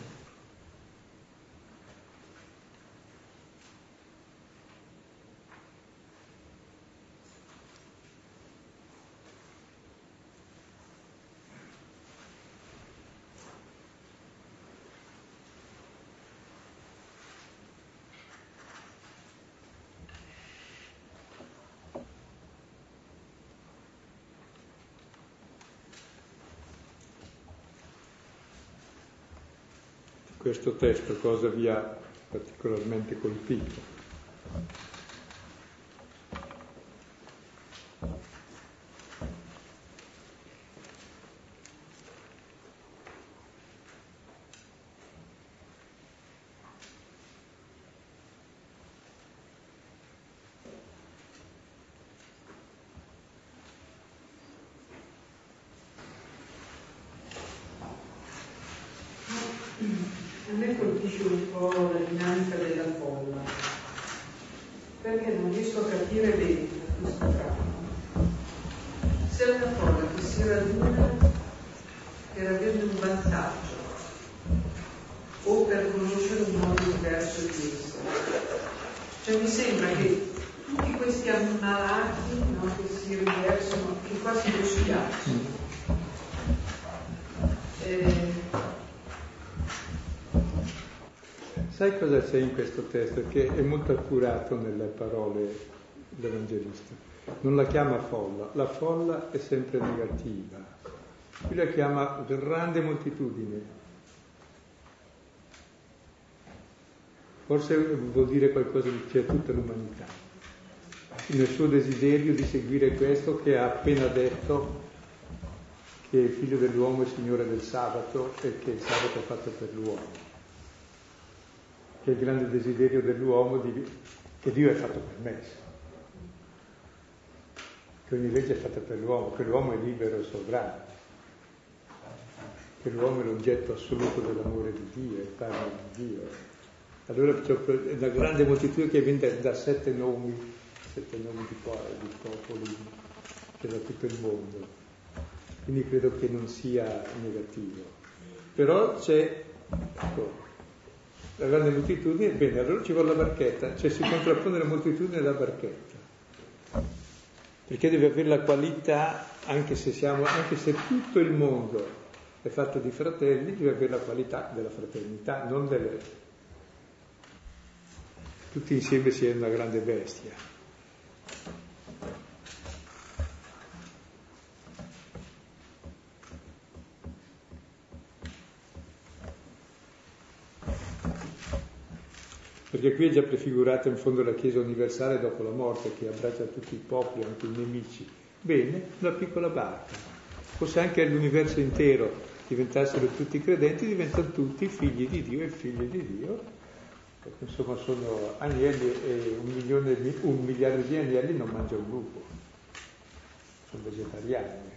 Questo testo cosa vi ha particolarmente colpito? me colpisce un po' la dinamica della folla, perché non riesco a capire bene questo brano. Se è una folla che si raduna per averne un vantaggio o per conoscere un modo diverso di essere, cioè mi sembra che tutti questi ammalati, no, che si riversano, che quasi lo schiacciano. Eh, Sai cosa c'è in questo testo? Che è molto accurato nelle parole dell'Evangelista. Non la chiama folla, la folla è sempre negativa. Qui la chiama grande moltitudine. Forse vuol dire qualcosa di c'è tutta l'umanità. Nel suo desiderio di seguire questo che ha appena detto che il figlio dell'uomo è Signore del sabato e che il sabato è fatto per l'uomo. Che è il grande desiderio dell'uomo di, che Dio è fatto per me, che ogni legge è fatta per l'uomo, che l'uomo è libero e sovrano, che l'uomo è l'oggetto assoluto dell'amore di Dio, il padre di Dio. Allora c'è una grande moltitudine che viene da sette nomi, sette nomi di, di popoli, che da tutto il mondo. Quindi credo che non sia negativo. Però c'è, ecco, la grande moltitudine, bene, allora ci vuole la barchetta, cioè si contrappone la moltitudine alla barchetta, perché deve avere la qualità, anche se siamo, anche se tutto il mondo è fatto di fratelli, deve avere la qualità della fraternità, non delle, tutti insieme si è una grande bestia. Perché qui è già prefigurata in fondo la Chiesa universale dopo la morte, che abbraccia tutti i popoli, anche i nemici. Bene, una piccola barca. Forse anche l'universo intero diventassero tutti credenti, diventano tutti figli di Dio e figli di Dio. Perché insomma sono agnelli e un, milione, un miliardo di agnelli non mangia un lupo. Sono vegetariani.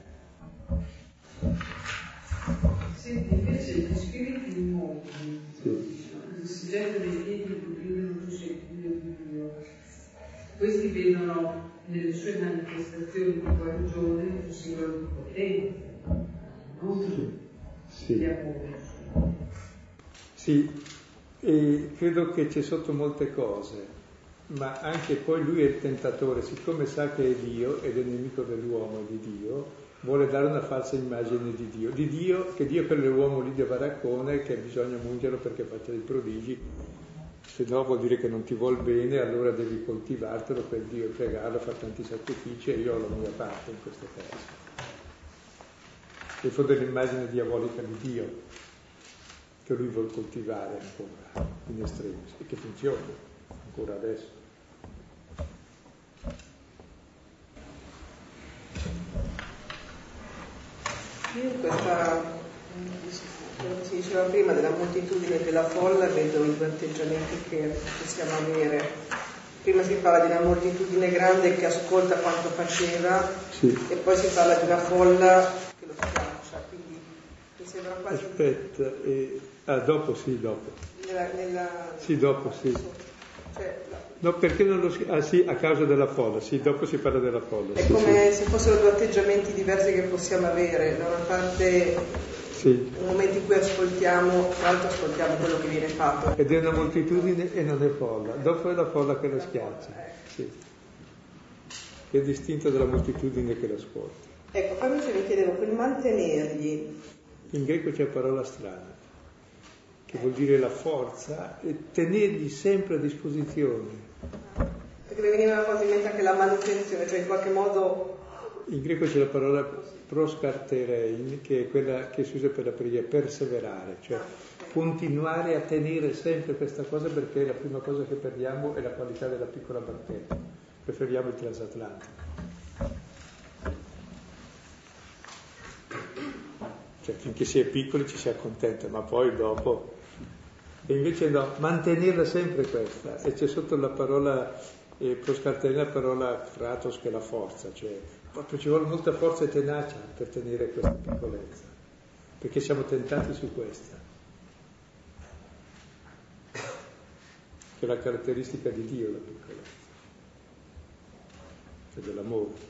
Senti, invece gli spiriti immondi, sì. Si getta dei piedi il pupillo suscettibile di Dio. Questi vedono nelle sue manifestazioni di guarigione un simbolo di potenza, non sì. di amore. Sì, e credo che c'è sotto molte cose, ma anche poi lui è il tentatore, siccome sa che è Dio ed è nemico dell'uomo e di Dio, vuole dare una falsa immagine di Dio, di Dio, che Dio per l'uomo lì di baraccone, che bisogna mungerlo perché faccia dei prodigi, se no vuol dire che non ti vuol bene, allora devi coltivartelo per Dio, pregarlo, fare tanti sacrifici e io ho la mia parte in questo caso. E fu dell'immagine diabolica di Dio che lui vuol coltivare ancora in estremis e che funziona ancora adesso. Io in questa, come si diceva prima, della moltitudine e della folla vedo i due atteggiamenti che possiamo avere. Prima si parla di una moltitudine grande che ascolta quanto faceva, sì. E poi si parla di una folla che lo schiaccia, quindi mi sembra quasi... Aspetta, e... ah, dopo sì, dopo. Nella, nella... Sì, dopo sì. Cioè, la... No, perché non lo si... Ah sì, a causa della folla, sì, dopo si parla della folla. È sì, come sì. se fossero due atteggiamenti diversi che possiamo avere. Da una parte, sì. Nel momento in cui ascoltiamo, tra l'altro ascoltiamo quello che viene fatto. Ed è una moltitudine e non è folla. Dopo è la folla che lo schiaccia, sì. Che è distinta dalla moltitudine che l'ascolta. Ecco, poi invece mi chiedevo, quel mantenergli... In greco c'è una parola strana, che vuol dire la forza, e tenerli sempre a disposizione. Perché mi veniva quasi in mente anche la manutenzione, cioè in qualche modo... In greco c'è la parola proskarterein, che è quella che si usa per la preghiera, perseverare, cioè ah, okay. Continuare a tenere sempre questa cosa, perché la prima cosa che perdiamo è la qualità della piccola barchetta. Preferiamo il transatlantico. Cioè finché si è piccoli ci si accontenta, ma poi dopo... E invece no, mantenerla sempre questa, e c'è sotto la parola eh, proscarterina la parola kratos, che è la forza, cioè proprio ci vuole molta forza e tenacia per tenere questa piccolezza, perché siamo tentati su questa. che è la caratteristica di Dio, la piccolezza, cioè dell'amore.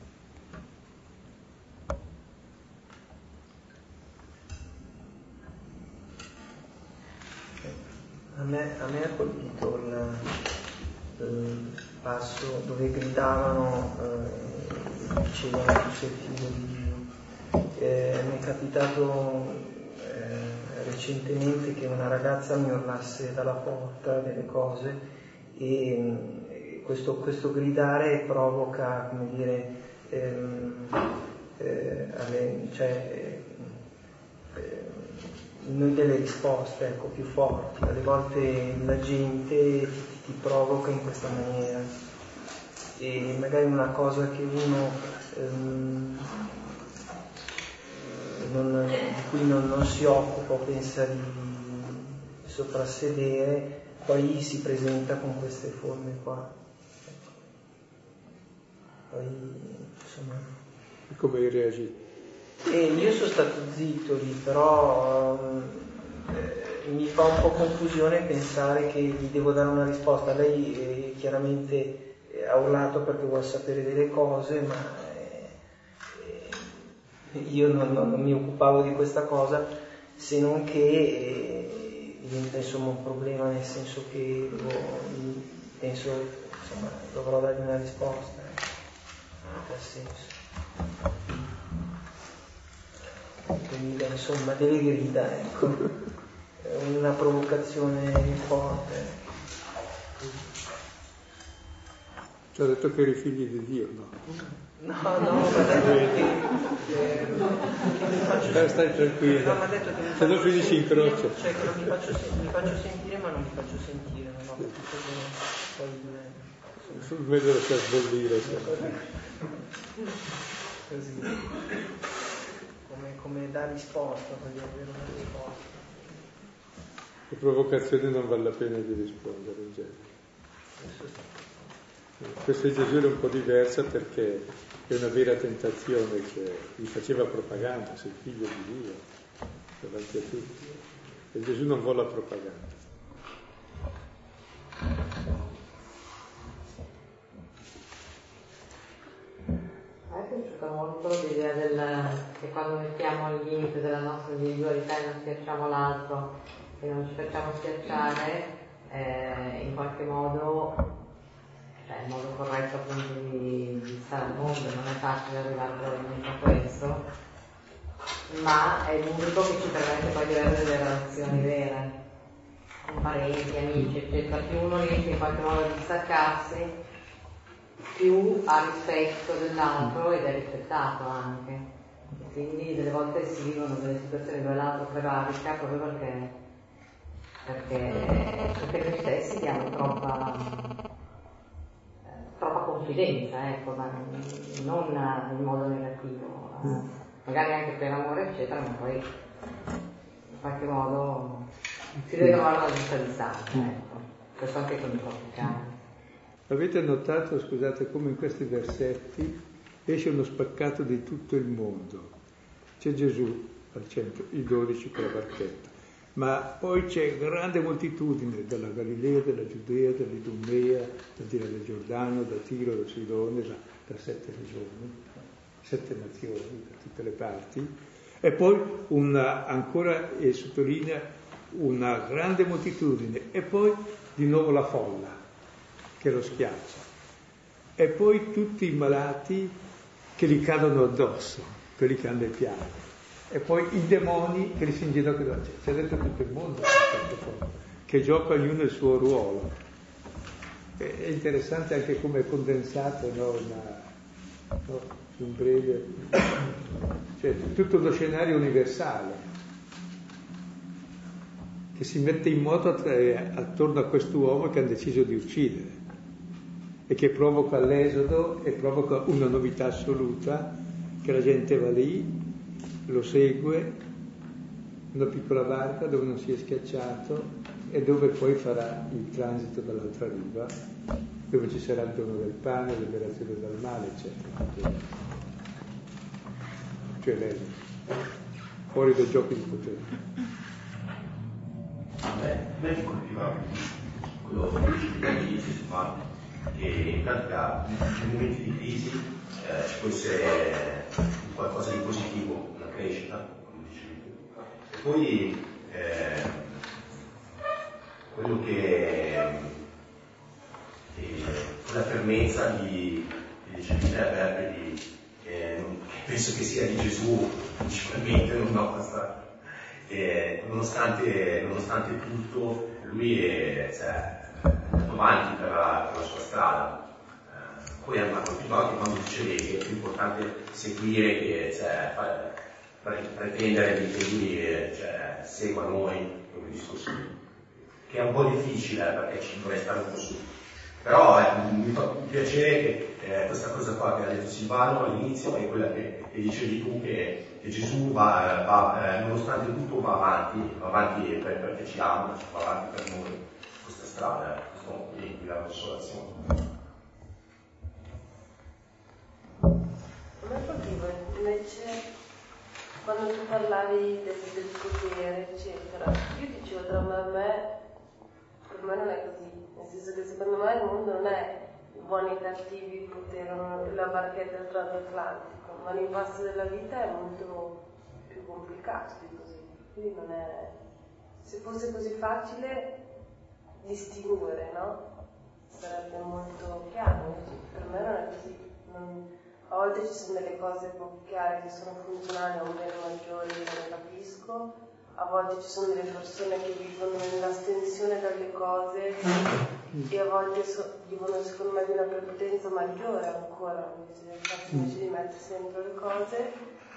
A me, a me ha colpito il, il passo dove gridavano, eh, dicevano tu sei figlio di Dio. Eh, mi è capitato eh, recentemente che una ragazza mi urlasse dalla porta delle cose e, e questo, questo gridare provoca, come dire, ehm, eh, alle, cioè, eh, noi delle risposte, ecco, più forti. Alle volte la gente ti, ti provoca in questa maniera e magari una cosa che uno ehm, non, di cui non, non si occupa o pensa di soprassedere, poi si presenta con queste forme qua. Poi insomma. E come hai reagito? E io sono stato zitto lì, però eh, mi fa un po' confusione pensare che gli devo dare una risposta. Lei eh, chiaramente eh, ha urlato perché vuole sapere delle cose, ma eh, eh, io non, non, non mi occupavo di questa cosa, se non che eh, diventa insomma un problema, nel senso che devo, penso insomma dovrò dargli una risposta, eh, in tal senso. Grida, insomma, delle grida, ecco, una provocazione forte. Ci ho detto che eri figli di Dio, no? No, no, ma ha detto che, eh, che mi faccio eh, stai tranquillo, no, ma ha detto che mi se no faccio finisci in croce. Cioè che non mi faccio, mi faccio sentire ma non mi faccio sentire, non ho capito poi sul meglio lasciar sbollire. Così. Come, come dà risposta, voglio avere una risposta. Le provocazioni non vale la pena di rispondere in genere. Questa di Gesù era un po' diversa perché è una vera tentazione che gli faceva propaganda, sei figlio di Dio, davanti a tutti. E Gesù non vuole la propaganda. A me è piaciuta molto l'idea del, che quando mettiamo il limite della nostra individualità e non schiacciamo l'altro e non ci facciamo schiacciare, eh, in qualche modo, cioè il modo corretto appunto di, di stare al mondo, non è facile arrivare probabilmente a questo, ma è l'unico che ci permette poi di avere delle relazioni vere, con parenti, amici, eccetera. Più uno riesce in qualche modo a distaccarsi, più ha rispetto dell'altro ed è rispettato anche. E quindi delle volte si vivono delle situazioni dove l'altro prevarica proprio perché, perché, perché noi stessi diamo troppa, eh, troppa confidenza, ecco, ma non in modo negativo, eh, magari anche per amore eccetera, ma poi in qualche modo si deve trovare una giusta distanza, ecco, questo anche con i propri cani. Avete notato, scusate, come in questi versetti esce uno spaccato di tutto il mondo. C'è Gesù al centro, i dodici con la barchetta, ma poi c'è grande moltitudine dalla Galilea, dalla Giudea, dall'Idumea, da di là del Giordano, da Tiro, da Sidone, da, da sette regioni, sette nazioni, da tutte le parti, e poi una, ancora, e sottolinea, una grande moltitudine, e poi di nuovo la folla che lo schiaccia, e poi tutti i malati che gli cadono addosso, quelli che hanno le piaghe, e poi i demoni che li si inginocchiano. C'è dentro tutto il mondo che gioca ognuno il suo ruolo. È interessante anche come è condensato, no, una, no, in breve, cioè tutto lo scenario universale che si mette in moto attorno a quest'uomo che hanno deciso di uccidere e che provoca l'esodo e provoca una novità assoluta, che la gente va lì, lo segue, una piccola barca dove non si è schiacciato e dove poi farà il transito dall'altra riva, dove ci sarà il dono del pane, la liberazione dal male, eccetera. Cioè l'esodo, fuori dai giochi di potere. A me, a me colpiva quello che dice all'inizio, insomma, che in pratica nei momenti di crisi eh, ci può essere qualcosa di positivo, una crescita, come dicevi tu. E poi eh, quello che, che la fermezza di, di dicevi te, Beppe, di, che, non, che penso che sia di Gesù principalmente, non no, questa, eh, nonostante, nonostante tutto lui è, cioè, è andato avanti per la, per la sua strada. Eh, poi ha continuato anche quando dicevi che è più importante seguire che cioè, pre- pretendere di che lui cioè, segua noi, come discorso, che è un po' difficile eh, perché ci dovrei stare un po' su. Però eh, mi fa piacere che eh, questa cosa qua che ha detto Silvano all'inizio è quella che, che dicevi tu, che, che Gesù va, va eh, nonostante tutto va avanti, va avanti per, perché ci ama, va avanti per noi questa strada, questo qui la consolazione. A me colpiva invece quando tu parlavi del, del potere, eccetera, io dicevo tra me e me, per me non è così. Nel senso che secondo me il mondo non è buoni e cattivi, il potere, la barchetta transatlantico, ma l'impasto della vita è molto più complicato di così. Quindi non è. Se fosse così facile distinguere, no? Sarebbe molto chiaro. Per me non è così. Non... A volte ci sono delle cose poco chiare che sono funzionali a un bene maggiore che non capisco. A volte ci sono delle persone che vivono nell'astensione dalle cose e a volte so, vivono secondo me di una prepotenza maggiore ancora invece, invece di mettersi dentro le cose.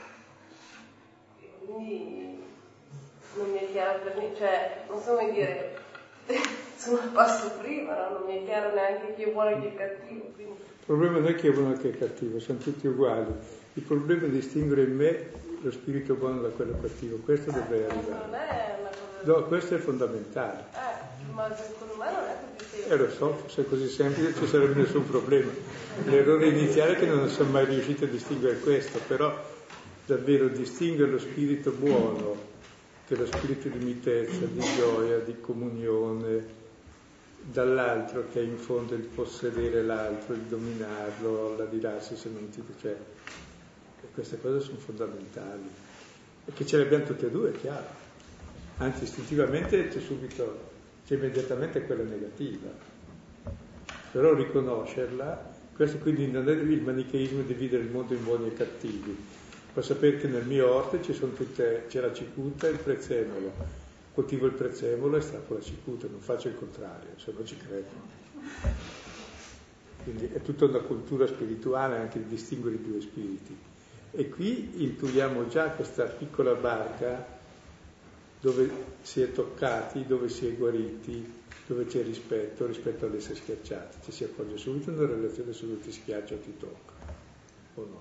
E quindi non mi è chiaro per me, cioè non so come dire, sono al passo prima, no? Non mi è chiaro neanche chi è buono e chi è cattivo. Quindi... Il problema non è chi è buono e chi è cattivo, sono tutti uguali. Il problema è distinguere in me lo spirito buono da quello cattivo, questo eh, deve arrivare. Non è una cosa... No, questo è fondamentale. Eh, ma secondo me non è così semplice. Eh lo so, se è così semplice non ci sarebbe nessun problema. L'errore iniziale è che non siamo mai riusciti a distinguere questo, però davvero distinguere lo spirito buono, che è lo spirito di mitezza, di gioia, di comunione, dall'altro che è in fondo il possedere l'altro, il dominarlo, l'adirarsi se non ti... Cioè, queste cose sono fondamentali e che ce le abbiamo tutte e due, è chiaro, anzi istintivamente c'è subito, c'è immediatamente quella negativa, però riconoscerla, questo quindi non è il manicheismo di dividere il mondo in buoni e cattivi, ma sapere che nel mio orto ci sono tutte, c'è la cicuta e il prezzemolo, coltivo il prezzemolo e strappo la cicuta, non faccio il contrario, se no ci crepo. Quindi è tutta una cultura spirituale anche di distinguere i due spiriti. E qui intuiamo già questa piccola barca dove si è toccati, dove si è guariti, dove c'è rispetto rispetto all'essere schiacciati. Ci si appoggia subito una relazione su dove ti schiaccia o ti tocca, o no?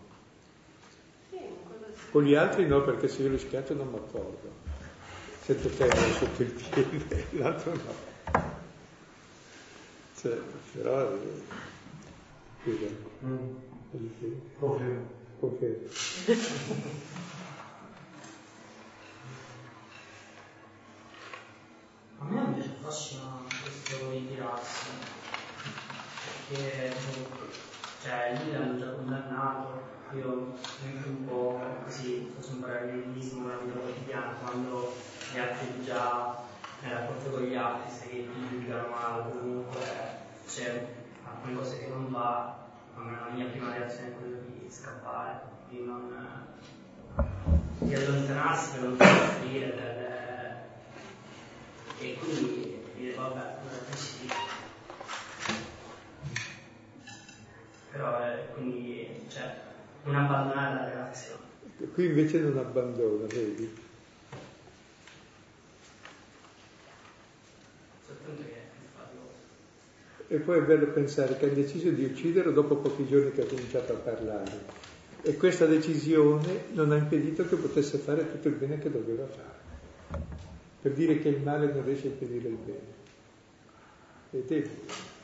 Con gli altri no, perché se io li schiaccio non mi accorgo. Sento terra sotto il piede, l'altro no. Cioè, però... Scusa. Mm. Confermo. Confermo. A me invece affascina questo ritirarsi, perché cioè, lui l'hanno già condannato, io anche un po' così, faccio un parallelismo nella vita quotidiana, quando gli altri già nel rapporto con gli altri, sai che ti giudicano male, comunque c'è alcune cose che non va, la mia prima reazione è quella di scappare, di non di allontanarsi per non far soffrire del, e quindi dire vabbè, allora sì. Però eh, quindi cioè non abbandonare la relazione. Qui invece non abbandona, vedi? Soltanto che è più faticoso. E poi è bello pensare che ha deciso di uccidere dopo pochi giorni che ha cominciato a parlare. E questa decisione non ha impedito che potesse fare tutto il bene che doveva fare. Per dire che il male non riesce a impedire il bene. Vedete?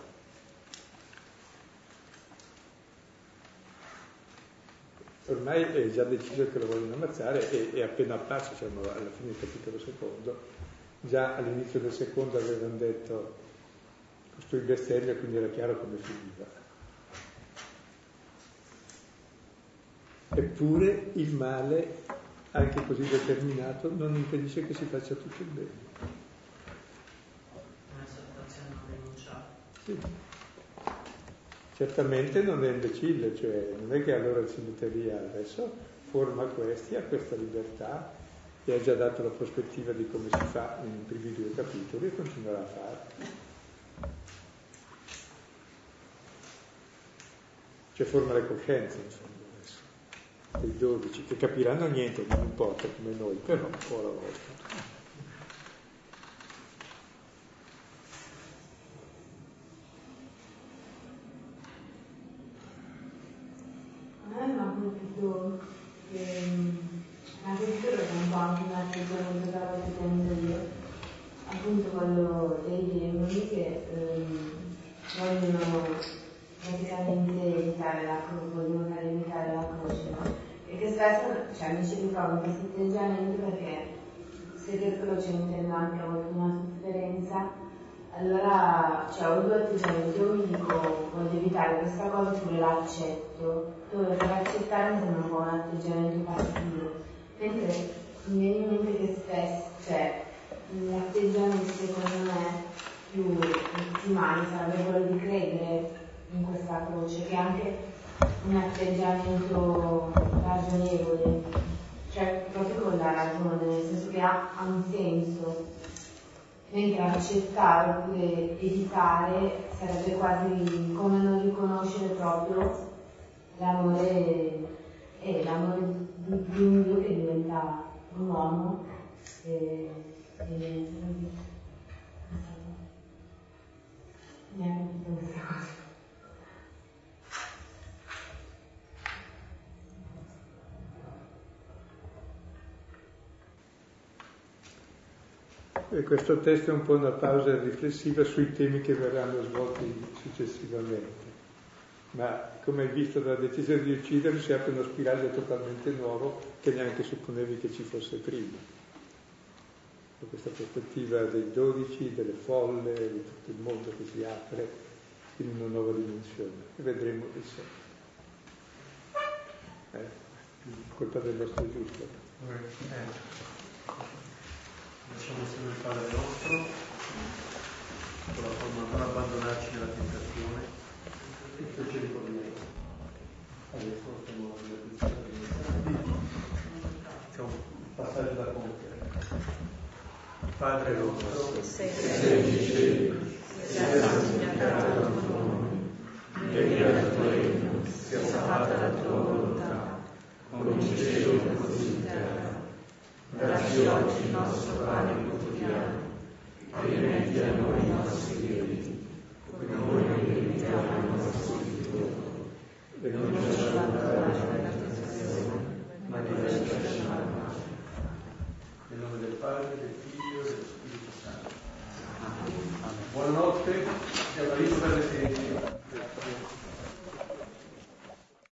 Ormai è già deciso che lo vogliono ammazzare e, e appena apparso, siamo alla fine del capitolo secondo, già all'inizio del secondo avevano detto costui bestemmia, quindi era chiaro come finiva. Eppure il male, anche così determinato, non impedisce che si faccia tutto il bene. Sì. Certamente non è imbecille, cioè non è che allora il Simiteria adesso forma questi, ha questa libertà e ha già dato la prospettiva di come si fa nei primi due capitoli e continuerà a farlo. Cioè forma le coscienze, insomma, adesso, dei dodici, che capiranno niente, non importa come noi, però un po' alla volta. Che anche questo è un po' anche un atteggiamento che avevo sentito io, appunto quello dei demoni che ehm, vogliono praticamente evitare la croce, vogliono fare evitare la croce, no? E che spesso cioè, mi ci ritrovo in questo atteggiamento perché se per croce intendo anche a volte una sofferenza, allora cioè, ho due atteggiamenti, io mi dico voglio evitare questa cosa oppure l'accetto, dove per accettare mi sembra un po' un atteggiamento passivo, mentre mi viene in mente che spesso, cioè l'atteggiamento secondo me più ottimale sarebbe quello di credere in questa croce, che è anche un atteggiamento ragionevole, cioè proprio con la ragione, nel senso che ha, ha un senso. Mentre accettare oppure evitare sarebbe quasi come non riconoscere proprio l'amore, eh, l'amore di, di un Dio che diventa un uomo e, e neanche questa cosa. E questo testo è un po' una pausa riflessiva sui temi che verranno svolti successivamente. Ma come hai visto dalla decisione di uccidere si apre uno spiraglio totalmente nuovo che neanche supponevi che ci fosse prima. Da questa prospettiva dei dodici, delle folle, di tutto il mondo che si apre in una nuova dimensione. E vedremo il sé. Eh, colpa del nostro giusto. Eh. Lasciamo sempre il Padre nostro, con la forma non abbandonarci nella tentazione, e poi ci ricordiamo. Adesso stiamo nella c'è un passaggio da compiere. Padre nostro, che sei nei cieli, sia santificato il tuo nome, venga il tuo regno, sia fatta la tua volontà, come in cielo così in terra. Dacci oggi il nostro pane quotidiano, e rimetti a noi